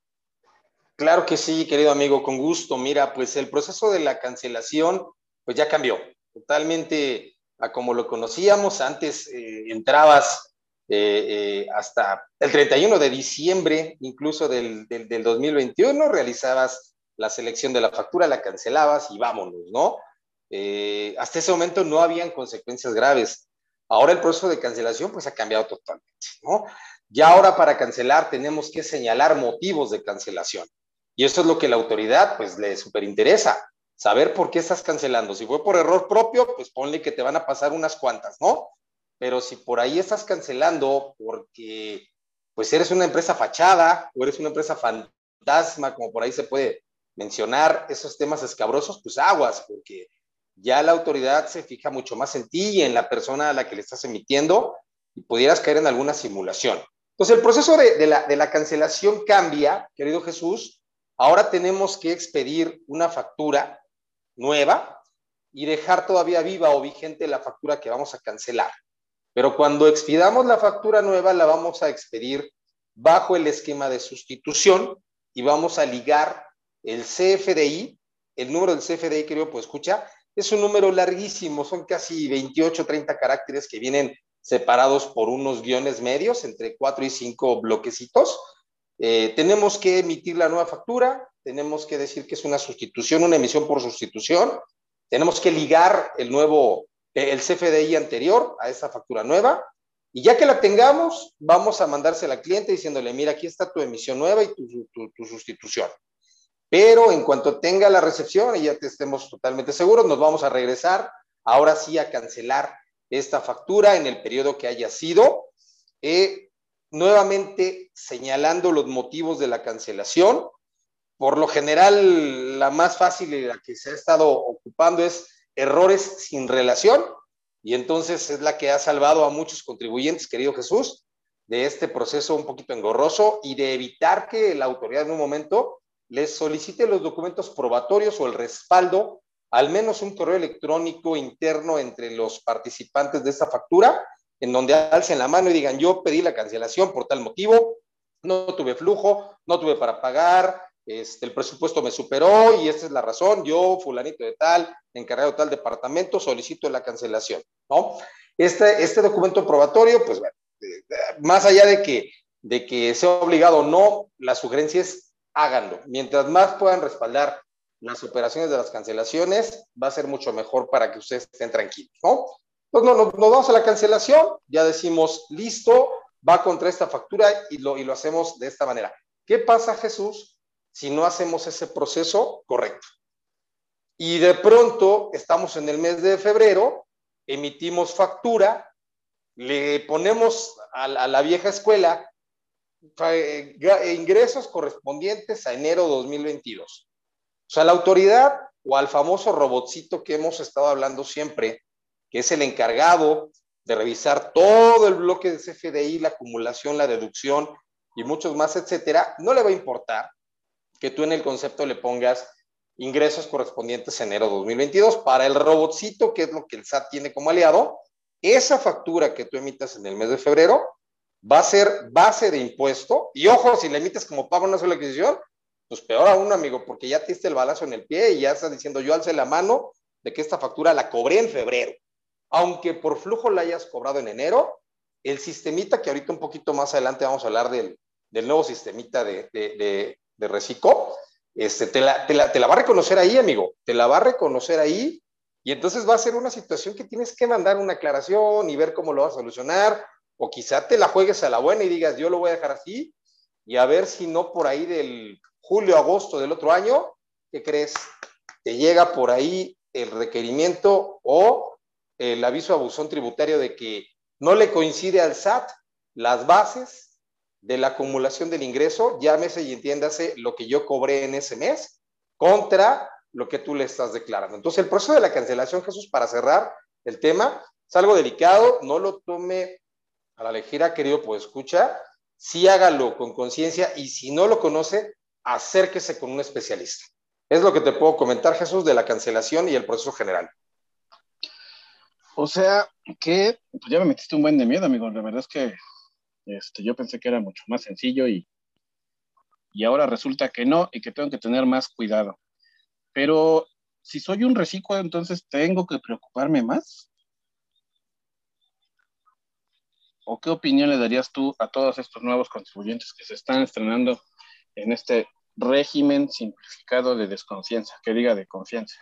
Claro que sí, querido amigo, con gusto. Mira, pues el proceso de la cancelación, pues ya cambió totalmente a como lo conocíamos. Antes entrabas hasta el 31 de diciembre, incluso del 2021, realizabas la selección de la factura, la cancelabas y vámonos, ¿no? Hasta ese momento no habían consecuencias graves. Ahora el proceso de cancelación pues ha cambiado totalmente, ¿no? Ya ahora para cancelar tenemos que señalar motivos de cancelación. Y eso es lo que la autoridad pues le superinteresa, saber por qué estás cancelando. Si fue por error propio, pues ponle que te van a pasar unas cuantas, ¿no? Pero si por ahí estás cancelando porque pues eres una empresa fachada o eres una empresa fantasma, como por ahí se puede mencionar, esos temas escabrosos, pues aguas, porque ya la autoridad se fija mucho más en ti y en la persona a la que le estás emitiendo y pudieras caer en alguna simulación. Entonces el proceso de la cancelación cambia, querido Jesús. Ahora tenemos que expedir una factura nueva y dejar todavía viva o vigente la factura que vamos a cancelar. Pero cuando expidamos la factura nueva, la vamos a expedir bajo el esquema de sustitución y vamos a ligar el CFDI. El número del CFDI, querido, pues escucha, es un número larguísimo, son casi 28, 30 caracteres que vienen separados por unos guiones medios, entre 4 y 5 bloquecitos. Tenemos que emitir la nueva factura, tenemos que decir que es una sustitución, una emisión por sustitución. Tenemos que ligar el CFDI anterior a esta factura nueva, y ya que la tengamos, vamos a mandársela al cliente diciéndole, mira, aquí está tu emisión nueva y tu sustitución. Pero en cuanto tenga la recepción y ya te estemos totalmente seguros, nos vamos a regresar, ahora sí, a cancelar esta factura en el periodo que haya sido, nuevamente señalando los motivos de la cancelación. Por lo general, la más fácil y la que se ha estado ocupando es errores sin relación, y entonces es la que ha salvado a muchos contribuyentes, querido Jesús, de este proceso un poquito engorroso y de evitar que la autoridad en un momento les solicite los documentos probatorios o el respaldo, al menos un correo electrónico interno entre los participantes de esta factura, en donde alcen la mano y digan, yo pedí la cancelación por tal motivo, no tuve flujo, no tuve para pagar, el presupuesto me superó y esta es la razón, yo, fulanito de tal, encargado de tal departamento, solicito la cancelación, ¿no? Este documento probatorio, pues bueno, más allá de que sea obligado o no, la sugerencia es háganlo. Mientras más puedan respaldar las operaciones de las cancelaciones, va a ser mucho mejor para que ustedes estén tranquilos, ¿no? Entonces nos vamos a la cancelación, ya decimos, listo, va contra esta factura y lo hacemos de esta manera. ¿Qué pasa, Jesús, si no hacemos ese proceso correcto? Y de pronto estamos en el mes de febrero, emitimos factura, le ponemos a la vieja escuela ingresos correspondientes a enero 2022. O sea, la autoridad o al famoso robotcito que hemos estado hablando siempre, que es el encargado de revisar todo el bloque de CFDI, la acumulación, la deducción y muchos más, etcétera, no le va a importar que tú en el concepto le pongas ingresos correspondientes a enero 2022. Para el robotcito, que es lo que el SAT tiene como aliado, esa factura que tú emitas en el mes de febrero va a ser base de impuesto, y ojo, si la emites como pago en una sola adquisición, pues peor aún, amigo, porque ya te diste el balazo en el pie y ya estás diciendo, yo alcé la mano de que esta factura la cobré en febrero. Aunque por flujo la hayas cobrado en enero, el sistemita, que ahorita un poquito más adelante vamos a hablar del nuevo sistemita de Recico, te la va a reconocer ahí, amigo, te la va a reconocer ahí, y entonces va a ser una situación que tienes que mandar una aclaración y ver cómo lo vas a solucionar, o quizá te la juegues a la buena y digas, yo lo voy a dejar así, y a ver si no por ahí del julio, agosto del otro año, ¿qué crees? Te llega por ahí el requerimiento o el aviso a buzón tributario de que no le coincide al SAT las bases de la acumulación del ingreso, llámese y entiéndase lo que yo cobré en ese mes contra lo que tú le estás declarando. Entonces, el proceso de la cancelación, Jesús, para cerrar el tema, es algo delicado, no lo tome a la ligera, querido, pues escucha, sí hágalo con conciencia, y si no lo conoce, acérquese con un especialista. Es lo que te puedo comentar, Jesús, de la cancelación y el proceso general. O sea, que pues ya me metiste un buen de miedo, amigo. La verdad es que yo pensé que era mucho más sencillo y ahora resulta que no, y que tengo que tener más cuidado. Pero si soy un reciclo, entonces ¿tengo que preocuparme más? ¿O qué opinión le darías tú a todos estos nuevos contribuyentes que se están estrenando en este régimen simplificado de desconfianza, que diga de confianza?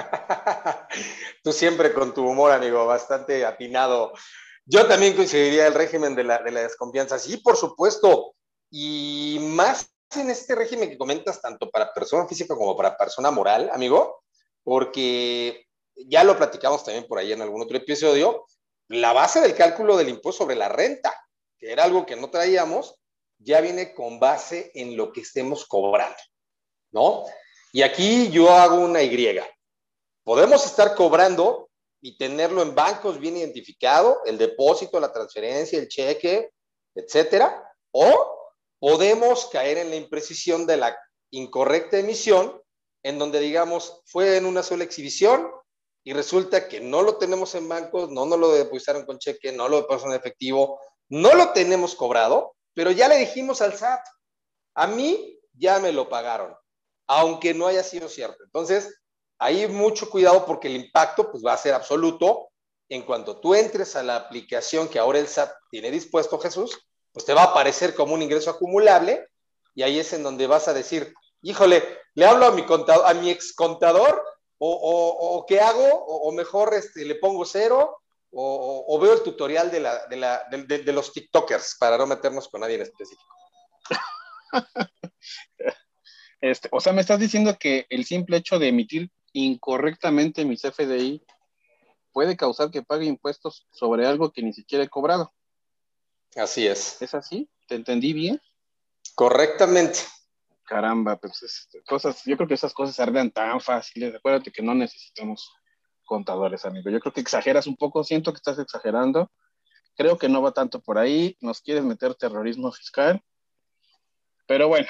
Tú siempre con tu humor, amigo, bastante atinado. Yo también coincidiría el régimen de la desconfianza, sí, por supuesto, y más en este régimen que comentas, tanto para persona física como para persona moral, amigo, porque ya lo platicamos también por ahí en algún otro episodio, la base del cálculo del impuesto sobre la renta, que era algo que no traíamos, ya viene con base en lo que estemos cobrando, ¿no? Y aquí yo hago una Y. Podemos estar cobrando y tenerlo en bancos bien identificado, el depósito, la transferencia, el cheque, etcétera, o podemos caer en la imprecisión de la incorrecta emisión, en donde digamos, fue en una sola exhibición y resulta que no lo tenemos en bancos, no nos lo depositaron con cheque, no lo depositaron en efectivo, no lo tenemos cobrado, pero ya le dijimos al SAT, a mí ya me lo pagaron, aunque no haya sido cierto. Entonces, ahí mucho cuidado, porque el impacto pues, va a ser absoluto. En cuanto tú entres a la aplicación que ahora el SAT tiene dispuesto, Jesús, pues te va a aparecer como un ingreso acumulable, y ahí es en donde vas a decir, híjole, ¿le hablo a mi contador, a mi ex contador? ¿O qué hago? ¿O mejor le pongo cero? ¿O veo el tutorial de los TikTokers para no meternos con nadie en específico? O sea, me estás diciendo que el simple hecho de emitir incorrectamente mi CFDI puede causar que pague impuestos sobre algo que ni siquiera he cobrado. Así es. ¿Es así? ¿Te entendí bien? Correctamente. Caramba, pues yo creo que esas cosas se arreglan tan fáciles. Acuérdate que no necesitamos contadores, amigo. Yo creo que exageras un poco, siento que estás exagerando. Creo que no va tanto por ahí. Nos quieres meter terrorismo fiscal. Pero bueno,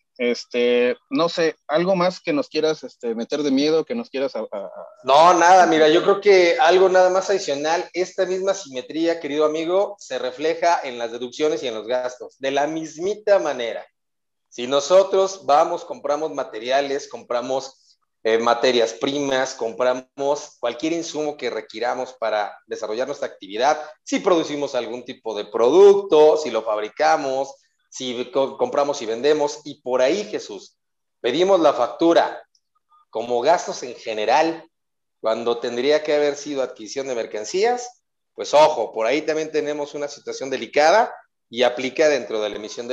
no sé, algo más que nos quieras meter de miedo, que nos quieras No, nada, mira, yo creo que algo nada más adicional, esta misma simetría, querido amigo, se refleja en las deducciones y en los gastos, de la mismita manera. Si nosotros vamos, compramos materiales, compramos materias primas, compramos cualquier insumo que requiramos para desarrollar nuestra actividad, si producimos algún tipo de producto, si lo fabricamos, si compramos y vendemos, y por ahí, Jesús, pedimos la factura como gastos en general, cuando tendría que haber sido adquisición de mercancías, pues ojo, por ahí también tenemos una situación delicada y aplica dentro de la emisión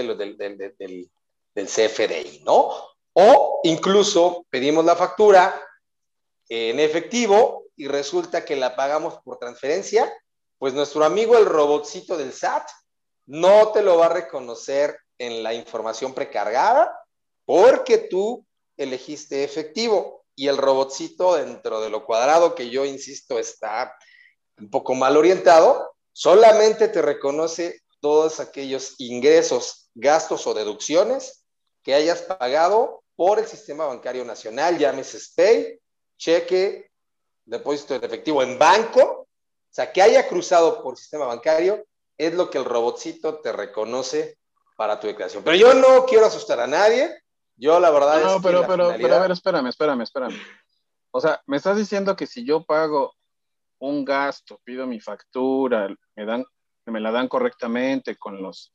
del CFDI, ¿no? O incluso pedimos la factura en efectivo y resulta que la pagamos por transferencia, pues nuestro amigo el robotcito del SAT no te lo va a reconocer en la información precargada porque tú elegiste efectivo y el robotcito dentro de lo cuadrado que yo insisto está un poco mal orientado, solamente te reconoce todos aquellos ingresos, gastos o deducciones que hayas pagado por el sistema bancario nacional, llámese SPEI, cheque, depósito en efectivo en banco, o sea, que haya cruzado por sistema bancario, es lo que el robotcito te reconoce para tu declaración. Pero yo no quiero asustar a nadie, yo la verdad es No, que la pero a ver, finalidad... espérame. O sea, me estás diciendo que si yo pago un gasto, pido mi factura, me la dan correctamente con los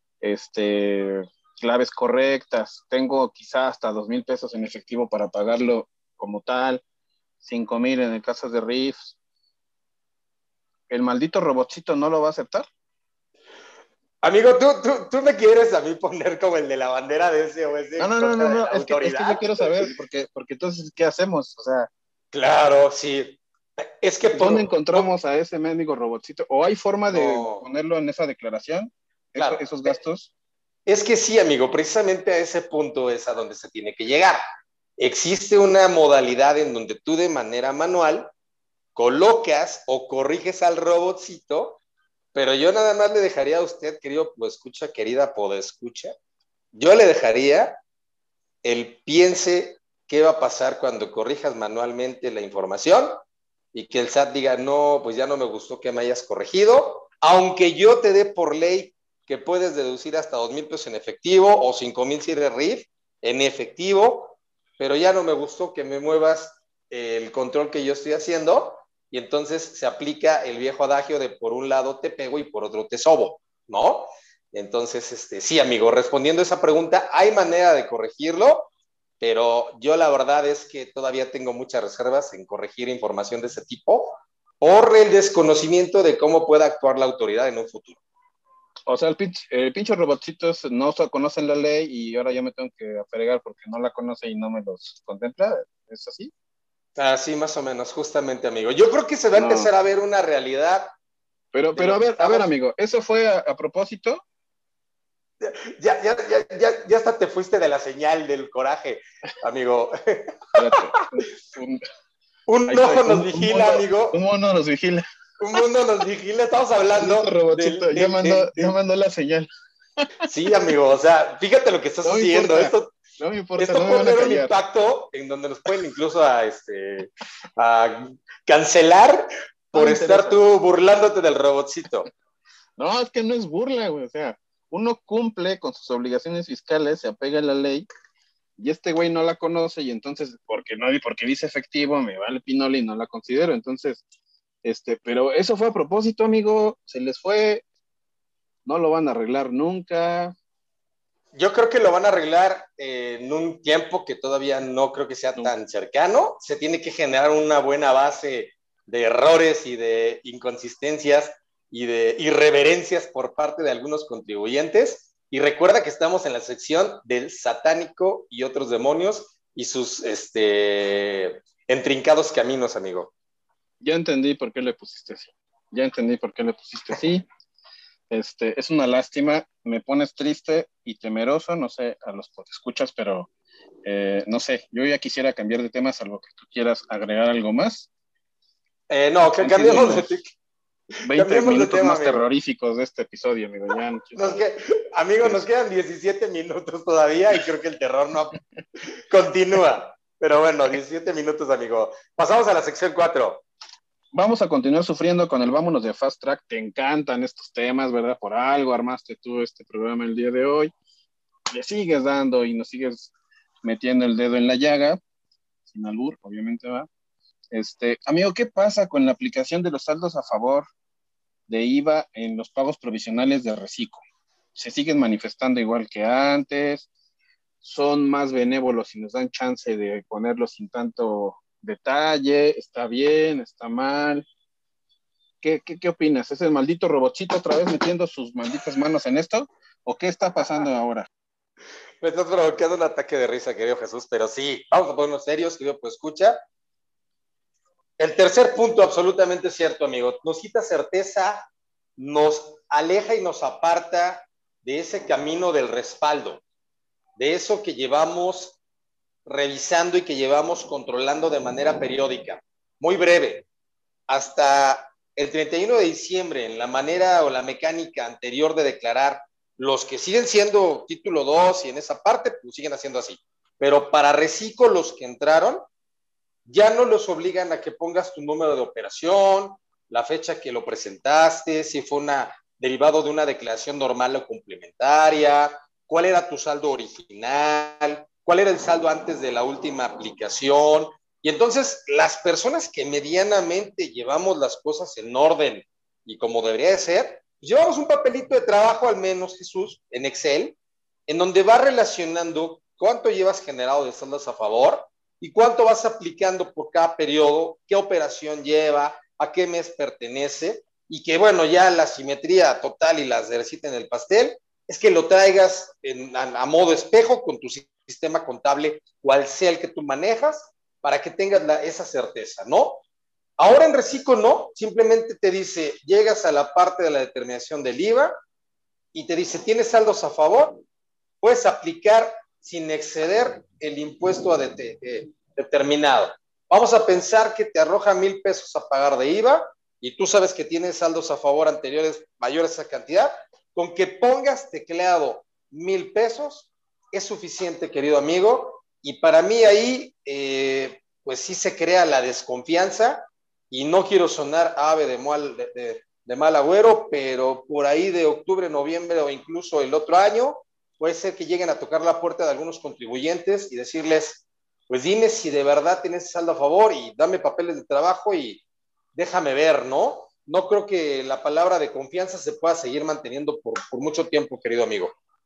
claves correctas, tengo quizá hasta 2,000 pesos en efectivo para pagarlo como tal, 5,000 en el caso de RIFs, ¿el maldito robotcito no lo va a aceptar? Amigo, tú me quieres a mí poner como el de la bandera de SOS en contra de No, la es que yo autoridad. quiero saber, porque entonces, ¿qué hacemos? O sea, Claro, sí. Es que ¿dónde encontramos a ese mendigo robotcito? ¿O hay forma de no, ponerlo en esa declaración, claro. esos gastos? Es que sí, amigo, precisamente a ese punto es a donde se tiene que llegar. Existe una modalidad en donde tú de manera manual colocas o corriges al robotcito, pero yo nada más le dejaría a usted, querido escucha, querida podescucha, yo le dejaría el piense qué va a pasar cuando corrijas manualmente la información y que el SAT diga, no, pues ya no me gustó que me hayas corregido, aunque yo te dé por ley que puedes deducir hasta 2,000 pesos en efectivo o 5,000 si eres RIF en efectivo, pero ya no me gustó que me muevas el control que yo estoy haciendo y entonces se aplica el viejo adagio de por un lado te pego y por otro te sobo, ¿no? Entonces, sí, amigo, respondiendo a esa pregunta, hay manera de corregirlo, pero yo la verdad es que todavía tengo muchas reservas en corregir información de ese tipo por el desconocimiento de cómo pueda actuar la autoridad en un futuro. O sea, el pinche robotcitos no conocen la ley y ahora yo me tengo que fregar porque no la conoce y no me los contempla. ¿Es así? Así más o menos, justamente, amigo. Yo creo que se va a No. empezar a ver una realidad de Pero lo que a ver, estamos... amigo, ¿eso fue a propósito? Ya hasta te fuiste de la señal del coraje, amigo. Espérate. Ahí Un estoy. ojo nos vigila, amigo. Un mono nos vigila. Un mundo nos vigila. Estamos hablando Maldito robotcito, ya mandó la señal. Sí, amigo, o sea, fíjate lo que estás No me haciendo. importa, no me importa, no Esto me puede van a tener un callar. impacto en donde nos pueden incluso a cancelar No por me estar interesa. tú burlándote del robotcito. No, es que no es burla, güey. O sea, uno cumple con sus obligaciones fiscales, se apega a la ley, y este güey no la conoce, y entonces, porque dice efectivo, me vale pinole y no la considero. Entonces, pero eso fue a propósito, amigo, se les fue, no lo van a arreglar nunca. Yo creo que lo van a arreglar en un tiempo que todavía no creo que sea tan cercano. Se tiene que generar una buena base de errores y de inconsistencias y de irreverencias por parte de algunos contribuyentes. Y recuerda que estamos en la sección del satánico y otros demonios y sus intrincados caminos, amigo. Ya entendí por qué le pusiste así. Ya entendí por qué le pusiste así. Es una lástima, me pones triste y temeroso, no sé, a los que escuchas, pero no sé, yo ya quisiera cambiar de tema, salvo que tú quieras agregar algo más. No, que Han sido cambiemos los de, 20 cambiemos de minutos tema, más amigo. terroríficos de este episodio, amigo. Ya no quiero Nos saber que, amigo, de nos eso. quedan 17 minutos todavía y creo que el terror no continúa. Pero bueno, 17 minutos, amigo. Pasamos a la sección 4. Vamos a continuar sufriendo con el vámonos de Fast Track. Te encantan estos temas, ¿verdad? Por algo armaste tú este programa el día de hoy. Le sigues dando y nos sigues metiendo el dedo en la llaga, sin albur, obviamente va. Amigo, ¿qué pasa con la aplicación de los saldos a favor de IVA en los pagos provisionales de reciclo? ¿Se siguen manifestando igual que antes? ¿Son más benévolos y nos dan chance de ponerlos sin tanto detalle? ¿Está bien? ¿Está mal? ¿Qué opinas? ¿Es el maldito robotcito otra vez metiendo sus malditas manos en esto? ¿O qué está pasando ahora? Me estás provocando un ataque de risa, querido Jesús, pero sí, vamos a ponernos serios, querido, pues escucha. El tercer punto, absolutamente cierto, amigo. Nos quita certeza, nos aleja y nos aparta de ese camino del respaldo, de eso que llevamos revisando y que llevamos controlando de manera periódica, muy breve, hasta el 31 de diciembre, en la manera o la mecánica anterior de declarar, los que siguen siendo título 2 y en esa parte, pues siguen haciendo así. Pero para reciclo, los que entraron, ya no los obligan a que pongas tu número de operación, la fecha que lo presentaste, si fue una derivado de una declaración normal o complementaria, cuál era tu saldo original, cuál era el saldo antes de la última aplicación. Y entonces las personas que medianamente llevamos las cosas en orden y como debería de ser, pues llevamos un papelito de trabajo al menos, Jesús, en Excel, en donde va relacionando cuánto llevas generado de saldos a favor y cuánto vas aplicando por cada periodo, qué operación lleva, a qué mes pertenece, y que bueno, ya la simetría total y la cerecita en el pastel es que lo traigas a modo espejo con tu sistema contable, cual sea el que tú manejas, para que tengas esa certeza, ¿no? Ahora en Reciclo no, simplemente te dice, llegas a la parte de la determinación del IVA y te dice, ¿tienes saldos a favor? Puedes aplicar sin exceder el impuesto determinado. Vamos a pensar que te arroja 1,000 pesos a pagar de IVA y tú sabes que tienes saldos a favor anteriores mayores a esa cantidad. Con que pongas tecleado 1,000 pesos es suficiente, querido amigo. Y para mí ahí, pues sí se crea la desconfianza y no quiero sonar ave de mal agüero, pero por ahí de octubre, noviembre o incluso el otro año, puede ser que lleguen a tocar la puerta de algunos contribuyentes y decirles, pues dime si de verdad tienes saldo a favor y dame papeles de trabajo y déjame ver, ¿no? No creo que la palabra de confianza se pueda seguir manteniendo por mucho tiempo, querido amigo.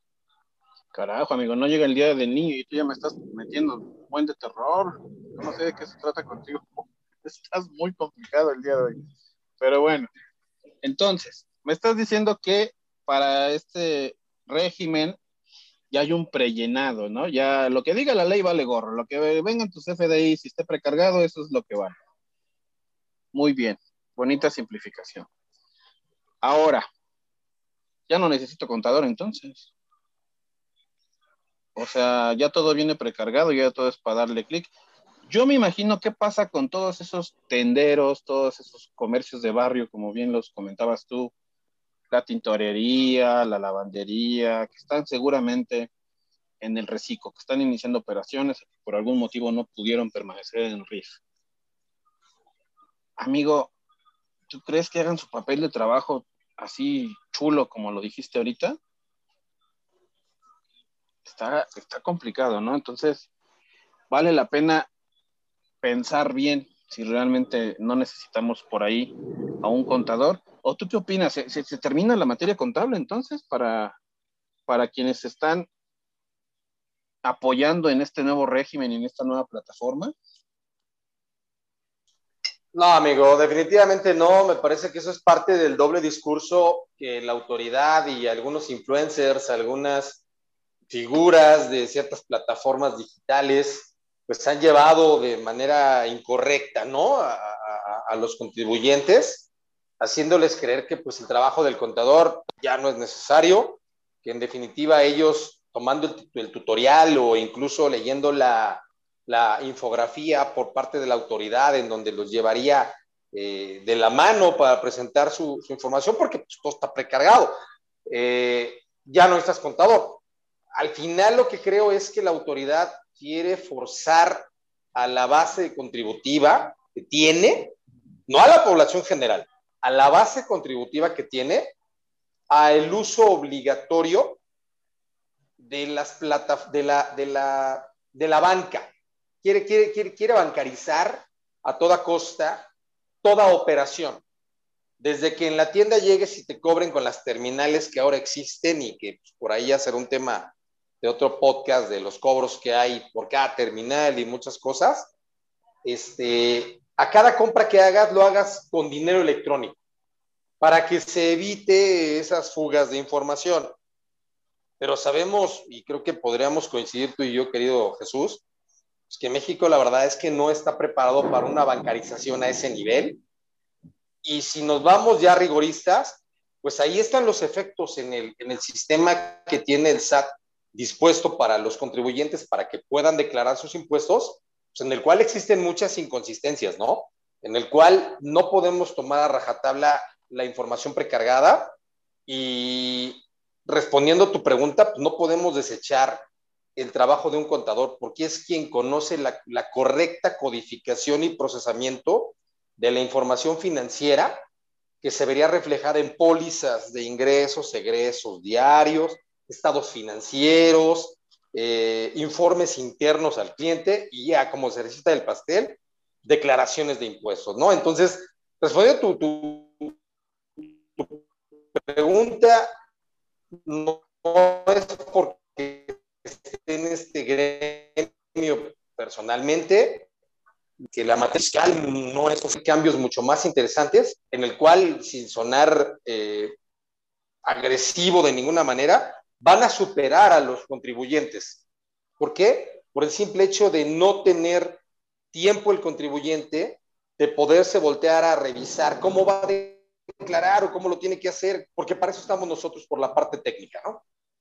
Carajo, amigo, no llega el día del niño y tú ya me estás metiendo un buen de terror. Yo no sé de qué se trata contigo. Estás muy complicado el día de hoy. Pero bueno, entonces, me estás diciendo que para este régimen ya hay un prellenado, ¿no? Ya lo que diga la ley vale gorro. Lo que vengan tus FDI, si esté precargado, eso es lo que vale. Muy bien, bonita simplificación. Ahora, ya no necesito contador entonces. O sea, ya todo viene precargado, ya todo es para darle clic. Yo me imagino qué pasa con todos esos tenderos, todos esos comercios de barrio, como bien los comentabas tú, la tintorería, la lavandería, que están seguramente en el reciclo, que están iniciando operaciones, que por algún motivo no pudieron permanecer en el RIF. Amigo, ¿tú crees que hagan su papel de trabajo así chulo como lo dijiste ahorita? Está complicado, ¿no? Entonces, vale la pena pensar bien si realmente no necesitamos por ahí a un contador. ¿O tú qué opinas? ¿Se termina la materia contable entonces para quienes están apoyando en este nuevo régimen y en esta nueva plataforma? No, amigo, definitivamente no. Me parece que eso es parte del doble discurso que la autoridad y algunos influencers, algunas figuras de ciertas plataformas digitales, pues han llevado de manera incorrecta, ¿no? A los contribuyentes, haciéndoles creer que pues el trabajo del contador ya no es necesario, que en definitiva ellos tomando el tutorial o incluso leyendo la infografía por parte de la autoridad en donde los llevaría de la mano para presentar su información, porque pues, todo está precargado. Ya no estás contador. Al final lo que creo es que la autoridad quiere forzar a la base contributiva que tiene, no a la población general, a la base contributiva que tiene, a el uso obligatorio de las plata, de la banca. Quiere bancarizar a toda costa toda operación. Desde que en la tienda llegues y te cobren con las terminales que ahora existen y que pues, por ahí ya será un tema de otro podcast de los cobros que hay por cada terminal y muchas cosas, a cada compra que hagas lo hagas con dinero electrónico para que se evite esas fugas de información. Pero sabemos, y creo que podríamos coincidir tú y yo, querido Jesús, pues que México la verdad es que no está preparado para una bancarización a ese nivel. Y si nos vamos ya rigoristas, pues ahí están los efectos en el sistema que tiene el SAT dispuesto para los contribuyentes para que puedan declarar sus impuestos, pues en el cual existen muchas inconsistencias, ¿no? En el cual no podemos tomar a rajatabla la información precargada y respondiendo a tu pregunta, pues no podemos desechar el trabajo de un contador porque es quien conoce la correcta codificación y procesamiento de la información financiera que se vería reflejada en pólizas de ingresos, egresos diarios, estados financieros, informes internos al cliente y ya como cerecita del pastel, declaraciones de impuestos, ¿no? Entonces, respondiendo tu pregunta, no es porque esté en este gremio personalmente, que la materia fiscal no es cambios mucho más interesantes, en el cual, sin sonar agresivo de ninguna manera, van a superar a los contribuyentes. ¿Por qué? Por el simple hecho de no tener tiempo el contribuyente de poderse voltear a revisar cómo va a declarar o cómo lo tiene que hacer, porque para eso estamos nosotros por la parte técnica, ¿no?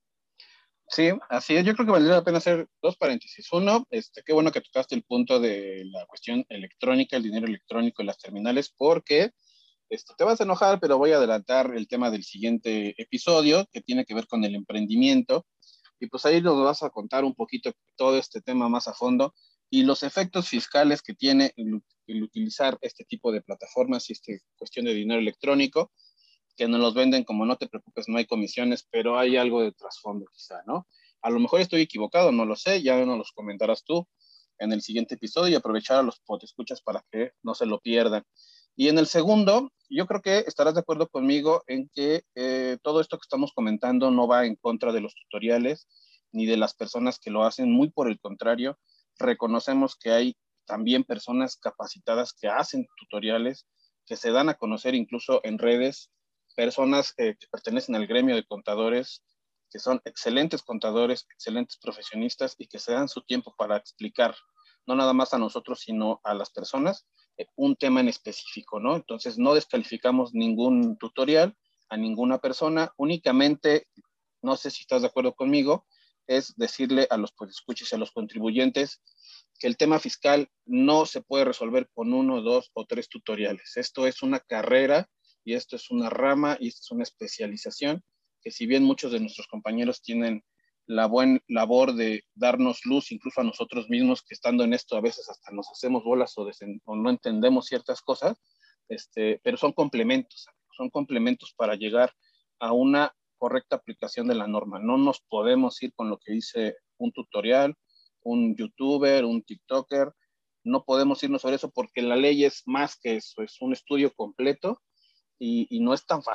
Sí, así es. Yo creo que valdría la pena hacer dos paréntesis. Uno, qué bueno que tocaste el punto de la cuestión electrónica, el dinero electrónico en las terminales, porque te vas a enojar, pero voy a adelantar el tema del siguiente episodio, que tiene que ver con el emprendimiento. Y pues ahí nos vas a contar un poquito todo este tema más a fondo y los efectos fiscales que tiene el utilizar este tipo de plataformas y esta cuestión de dinero electrónico, que nos los venden como no te preocupes, no hay comisiones, pero hay algo de trasfondo quizá, ¿no? A lo mejor estoy equivocado, no lo sé, ya nos los comentarás tú en el siguiente episodio y aprovechar a los podescuchas para que no se lo pierdan. Y en el segundo, yo creo que estarás de acuerdo conmigo en que todo esto que estamos comentando no va en contra de los tutoriales ni de las personas que lo hacen, muy por el contrario, reconocemos que hay también personas capacitadas que hacen tutoriales, que se dan a conocer incluso en redes, personas que pertenecen al gremio de contadores, que son excelentes contadores, excelentes profesionistas y que se dan su tiempo para explicar, no nada más a nosotros, sino a las personas, un tema en específico, ¿no? Entonces no descalificamos ningún tutorial a ninguna persona, únicamente, no sé si estás de acuerdo conmigo, es decirle a los escuches y a los contribuyentes que el tema fiscal no se puede resolver con uno, dos o tres tutoriales. Esto es una carrera y esto es una rama y esto es una especialización que si bien muchos de nuestros compañeros tienen la buena labor de darnos luz, incluso a nosotros mismos que estando en esto a veces hasta nos hacemos bolas o no entendemos ciertas cosas, pero son complementos para llegar a una correcta aplicación de la norma. No nos podemos ir con lo que dice un tutorial, un youtuber, un tiktoker, no podemos irnos sobre eso porque la ley es más que eso, es un estudio completo y no es tan fácil.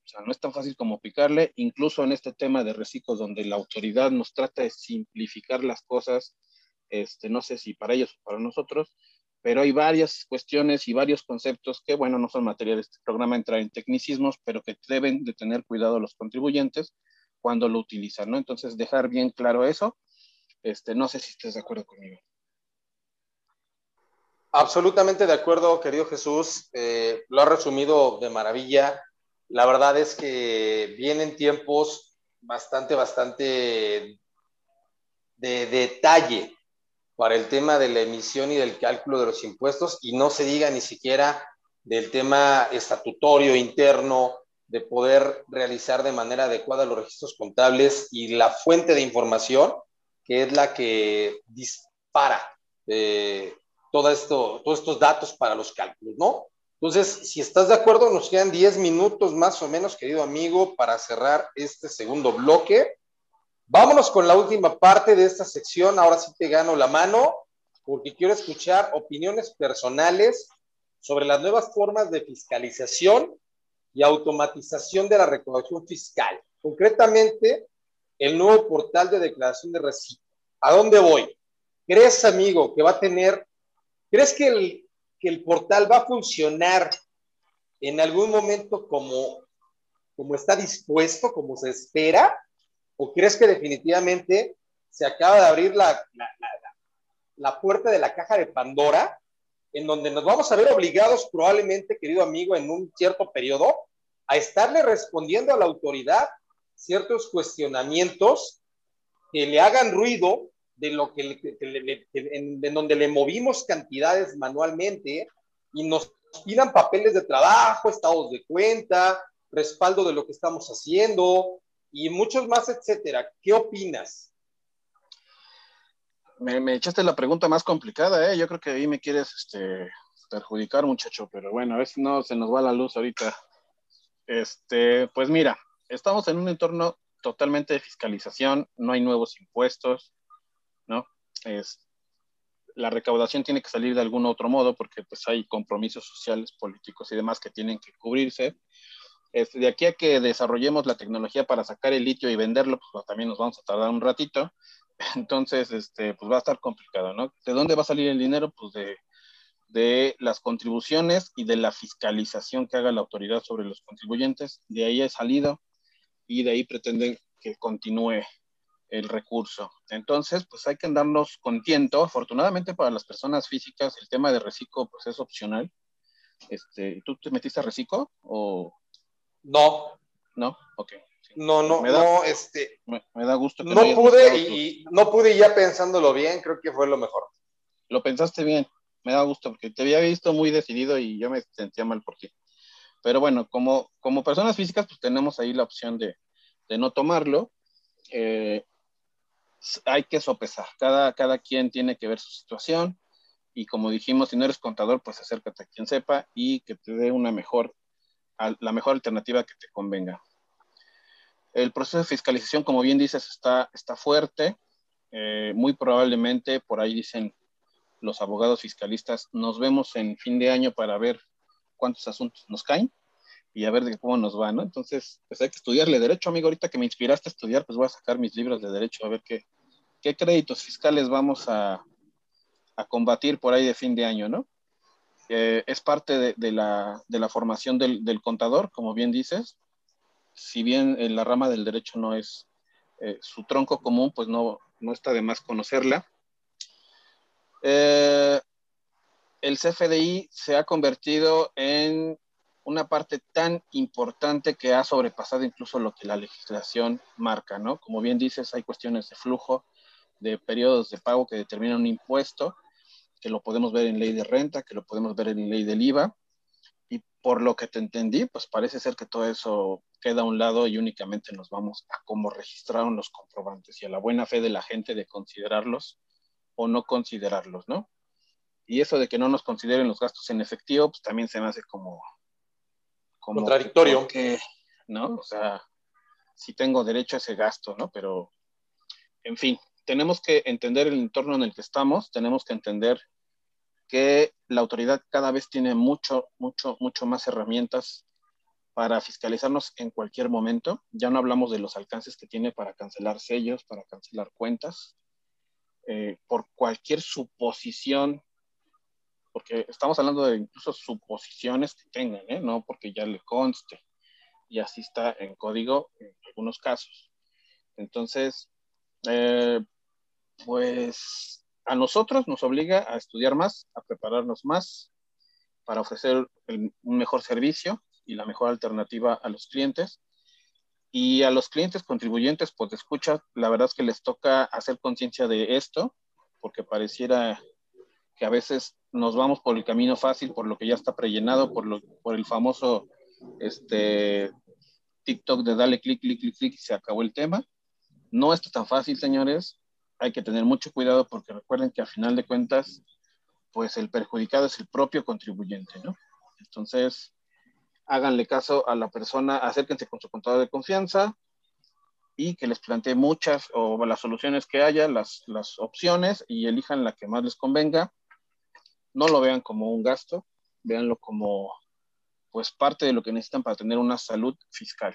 O sea, no es tan fácil como picarle, incluso en este tema de reciclos donde la autoridad nos trata de simplificar las cosas, no sé si para ellos o para nosotros, pero hay varias cuestiones y varios conceptos que, bueno, no son materia de este programa entrar en tecnicismos, pero que deben de tener cuidado los contribuyentes cuando lo utilizan, ¿no? Entonces, dejar bien claro eso. No sé si estés de acuerdo conmigo. Absolutamente de acuerdo, querido Jesús. Lo ha resumido de maravilla. La verdad es que vienen tiempos bastante de detalle para el tema de la emisión y del cálculo de los impuestos, y no se diga ni siquiera del tema estatutorio interno, de poder realizar de manera adecuada los registros contables y la fuente de información, que es la que dispara todos estos datos para los cálculos, ¿no? Entonces, si estás de acuerdo, nos quedan 10 minutos más o menos, querido amigo, para cerrar este segundo bloque. Vámonos con la última parte de esta sección. Ahora sí te gano la mano, porque quiero escuchar opiniones personales sobre las nuevas formas de fiscalización y automatización de la recaudación fiscal. Concretamente, el nuevo portal de declaración de recibo. ¿A dónde voy? ¿Crees, amigo, que va a tener, crees que el portal va a funcionar en algún momento como está dispuesto, como se espera? ¿O crees que definitivamente se acaba de abrir la puerta de la caja de Pandora, en donde nos vamos a ver obligados probablemente, querido amigo, en un cierto periodo, a estarle respondiendo a la autoridad ciertos cuestionamientos que le hagan ruido de lo en donde le movimos cantidades manualmente y nos pidan papeles de trabajo, estados de cuenta, respaldo de lo que estamos haciendo y muchos más, etcétera? ¿Qué opinas? Me echaste la pregunta más complicada, ¿eh? Yo creo que ahí me quieres perjudicar, muchacho, pero bueno, a ver si no se nos va la luz ahorita. Pues mira, estamos en un entorno totalmente de fiscalización, no hay nuevos impuestos, ¿no? La recaudación tiene que salir de algún otro modo porque pues hay compromisos sociales, políticos y demás que tienen que cubrirse. De aquí a que desarrollemos la tecnología para sacar el litio y venderlo, pues también nos vamos a tardar un ratito. Entonces, pues va a estar complicado, ¿no? ¿De dónde va a salir el dinero? Pues de las contribuciones y de la fiscalización que haga la autoridad sobre los contribuyentes. De ahí ha salido y de ahí pretenden que continúe el recurso. Entonces, pues hay que andarnos con tiento. Afortunadamente para las personas físicas, el tema de reciclo pues es opcional. ¿Tú te metiste a reciclo o...? No. ¿No? Ok. Sí. No, Pues no, no, me da gusto que no no hayas pude mostrado y no pude, ya pensándolo bien, creo que fue lo mejor. Lo pensaste bien, me da gusto, porque te había visto muy decidido y yo me sentía mal por ti. Pero bueno, como personas físicas, pues tenemos ahí la opción de no tomarlo. Hay que sopesar, cada quien tiene que ver su situación y como dijimos, si no eres contador, pues acércate a quien sepa y que te dé la mejor alternativa que te convenga. El proceso de fiscalización, como bien dices, está fuerte. Muy probablemente, por ahí dicen los abogados fiscalistas, nos vemos en fin de año para ver cuántos asuntos nos caen y a ver de cómo nos va, ¿no? Entonces, pues hay que estudiarle derecho, amigo. Ahorita que me inspiraste a estudiar, pues voy a sacar mis libros de derecho a ver qué créditos fiscales vamos a combatir por ahí de fin de año, ¿no? Es parte de la formación del contador, como bien dices. Si bien en la rama del derecho no es su tronco común, pues no está de más conocerla. El CFDI se ha convertido en una parte tan importante que ha sobrepasado incluso lo que la legislación marca, ¿no? Como bien dices, hay cuestiones de flujo, de periodos de pago que determinan un impuesto, que lo podemos ver en ley de renta, que lo podemos ver en ley del IVA, y por lo que te entendí, pues parece ser que todo eso queda a un lado y únicamente nos vamos a cómo registraron los comprobantes y a la buena fe de la gente de considerarlos o no considerarlos, ¿no? Y eso de que no nos consideren los gastos en efectivo, pues también se me hace como contradictorio. Que, ¿no? O sea, sí tengo derecho a ese gasto, ¿no? Pero, en fin, tenemos que entender el entorno en el que estamos, tenemos que entender que la autoridad cada vez tiene mucho más herramientas para fiscalizarnos en cualquier momento. Ya no hablamos de los alcances que tiene para cancelar sellos, para cancelar cuentas, por cualquier suposición, porque estamos hablando de incluso suposiciones que tengan, no porque ya le conste, y así está en código en algunos casos. Entonces, pues a nosotros nos obliga a estudiar más, a prepararnos más para ofrecer un mejor servicio y la mejor alternativa a los clientes. Y a los clientes contribuyentes, pues escucha, la verdad es que les toca hacer conciencia de esto, porque pareciera que a veces nos vamos por el camino fácil, por lo que ya está prellenado, por el famoso TikTok de dale clic, clic, clic, clic y se acabó el tema. No está tan fácil, señores. Hay que tener mucho cuidado porque recuerden que a final de cuentas, pues el perjudicado es el propio contribuyente, ¿no? Entonces, háganle caso a la persona, acérquense con su contador de confianza y que les plantee muchas o las soluciones que haya, las opciones, y elijan la que más les convenga. No lo vean como un gasto, véanlo como pues parte de lo que necesitan para tener una salud fiscal.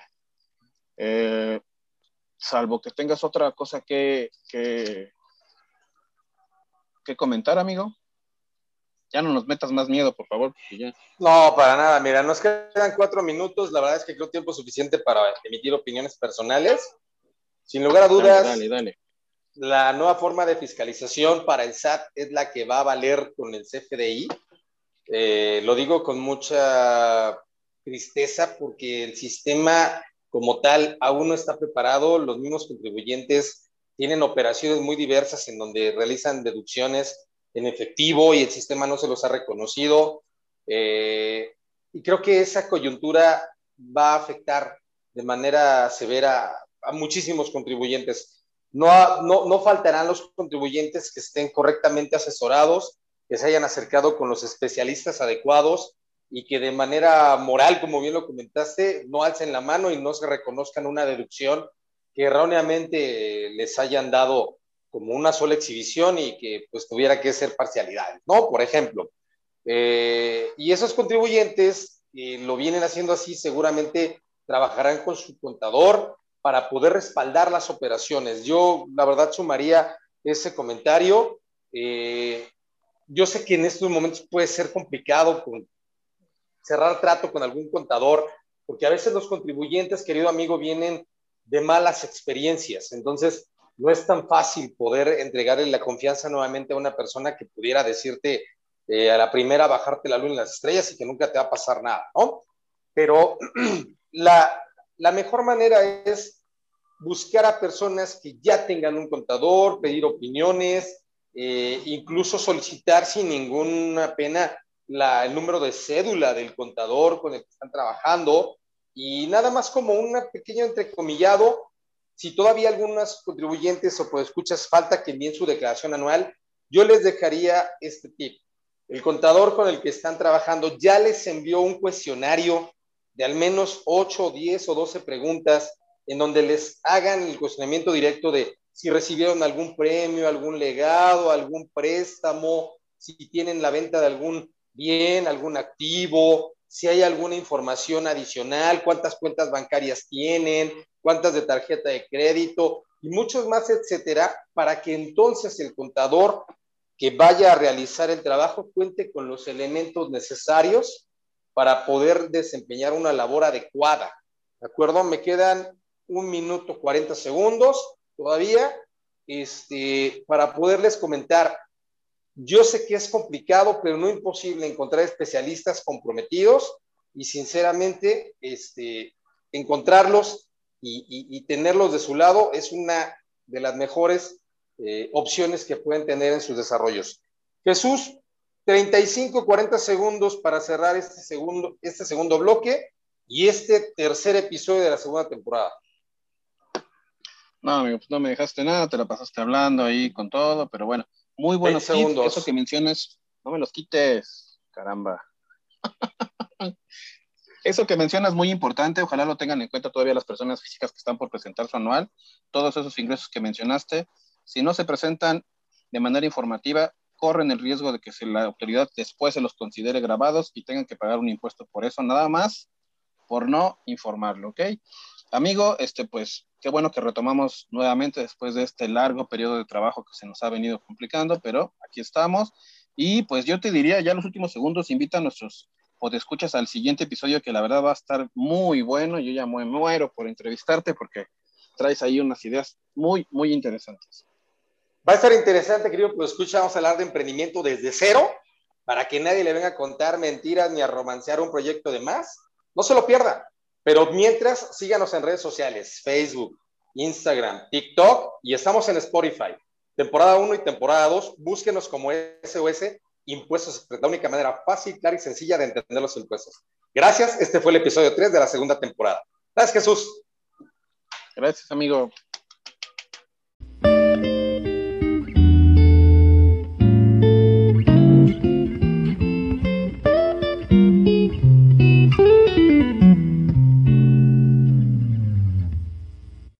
Salvo que tengas otra cosa que comentar, emigo. Ya no nos metas más miedo, por favor, porque ya. No, para nada. Mira, nos quedan 4 minutos. La verdad es que creo tiempo suficiente para emitir opiniones personales. Sin lugar a dudas, dale. La nueva forma de fiscalización para el SAT es la que va a valer con el CFDI. Lo digo con mucha tristeza porque el sistema como tal aún no está preparado. Los mismos contribuyentes tienen operaciones muy diversas en donde realizan deducciones en efectivo y el sistema no se los ha reconocido. Y creo que esa coyuntura va a afectar de manera severa a muchísimos contribuyentes. No faltarán los contribuyentes que estén correctamente asesorados, que se hayan acercado con los especialistas adecuados y que de manera moral, como bien lo comentaste, no alcen la mano y no se reconozcan una deducción que erróneamente les hayan dado como una sola exhibición y que pues tuviera que ser parcialidad, ¿no? Por ejemplo. Y esos contribuyentes lo vienen haciendo así, seguramente trabajarán con su contador para poder respaldar las operaciones. Yo, la verdad, sumaría ese comentario. Yo sé que en estos momentos puede ser complicado cerrar trato con algún contador, porque a veces los contribuyentes, querido amigo, vienen de malas experiencias. Entonces, no es tan fácil poder entregarle la confianza nuevamente a una persona que pudiera decirte a la primera bajarte la luz en las estrellas y que nunca te va a pasar nada, ¿no? Pero la mejor manera es buscar a personas que ya tengan un contador, pedir opiniones, incluso solicitar sin ninguna pena el número de cédula del contador con el que están trabajando y nada más como un pequeño entrecomillado. Si todavía algunos contribuyentes o pues escuchas falta que envíen su declaración anual, yo les dejaría este tip. El contador con el que están trabajando ya les envió un cuestionario de al menos 8, 10 o 12 preguntas en donde les hagan el cuestionamiento directo de si recibieron algún premio, algún legado, algún préstamo, si tienen la venta de algún bien, algún activo, si hay alguna información adicional, cuántas cuentas bancarias tienen, cuántas de tarjeta de crédito y muchos más, etcétera, para que entonces el contador que vaya a realizar el trabajo cuente con los elementos necesarios para poder desempeñar una labor adecuada. ¿De acuerdo? Me quedan 1 minuto 40 segundos todavía para poderles comentar. Yo sé que es complicado, pero no imposible encontrar especialistas comprometidos y sinceramente encontrarlos y tenerlos de su lado es una de las mejores opciones que pueden tener en sus desarrollos. Jesús, 35, 40 segundos para cerrar este segundo bloque y este tercer episodio de la segunda temporada. No, amigo, pues no me dejaste nada, te la pasaste hablando ahí con todo, pero bueno, muy buenos tips. Eso que mencionas, no me los quites, caramba. Eso que mencionas muy importante, ojalá lo tengan en cuenta todavía las personas físicas que están por presentar su anual, todos esos ingresos que mencionaste, si no se presentan de manera informativa, corren el riesgo de que la autoridad después se los considere grabados y tengan que pagar un impuesto por eso, nada más por no informarlo, ¿ok? Amigo, pues qué bueno que retomamos nuevamente después de este largo periodo de trabajo que se nos ha venido complicando, pero aquí estamos. Y pues yo te diría, ya en los últimos segundos, invita a nuestros podescuchas al siguiente episodio, que la verdad va a estar muy bueno. Yo ya me muero por entrevistarte porque traes ahí unas ideas muy, muy interesantes. Va a estar interesante, querido, pues escucha, vamos a hablar de emprendimiento desde cero, para que nadie le venga a contar mentiras ni a romancear un proyecto de más. No se lo pierda. Pero mientras, síganos en redes sociales, Facebook, Instagram, TikTok, y estamos en Spotify. Temporada 1 y temporada 2, búsquenos como SOS Impuestos, la única manera fácil, clara y sencilla de entender los impuestos. Gracias, este fue el episodio 3 de la segunda temporada. Gracias, Jesús. Gracias, amigo.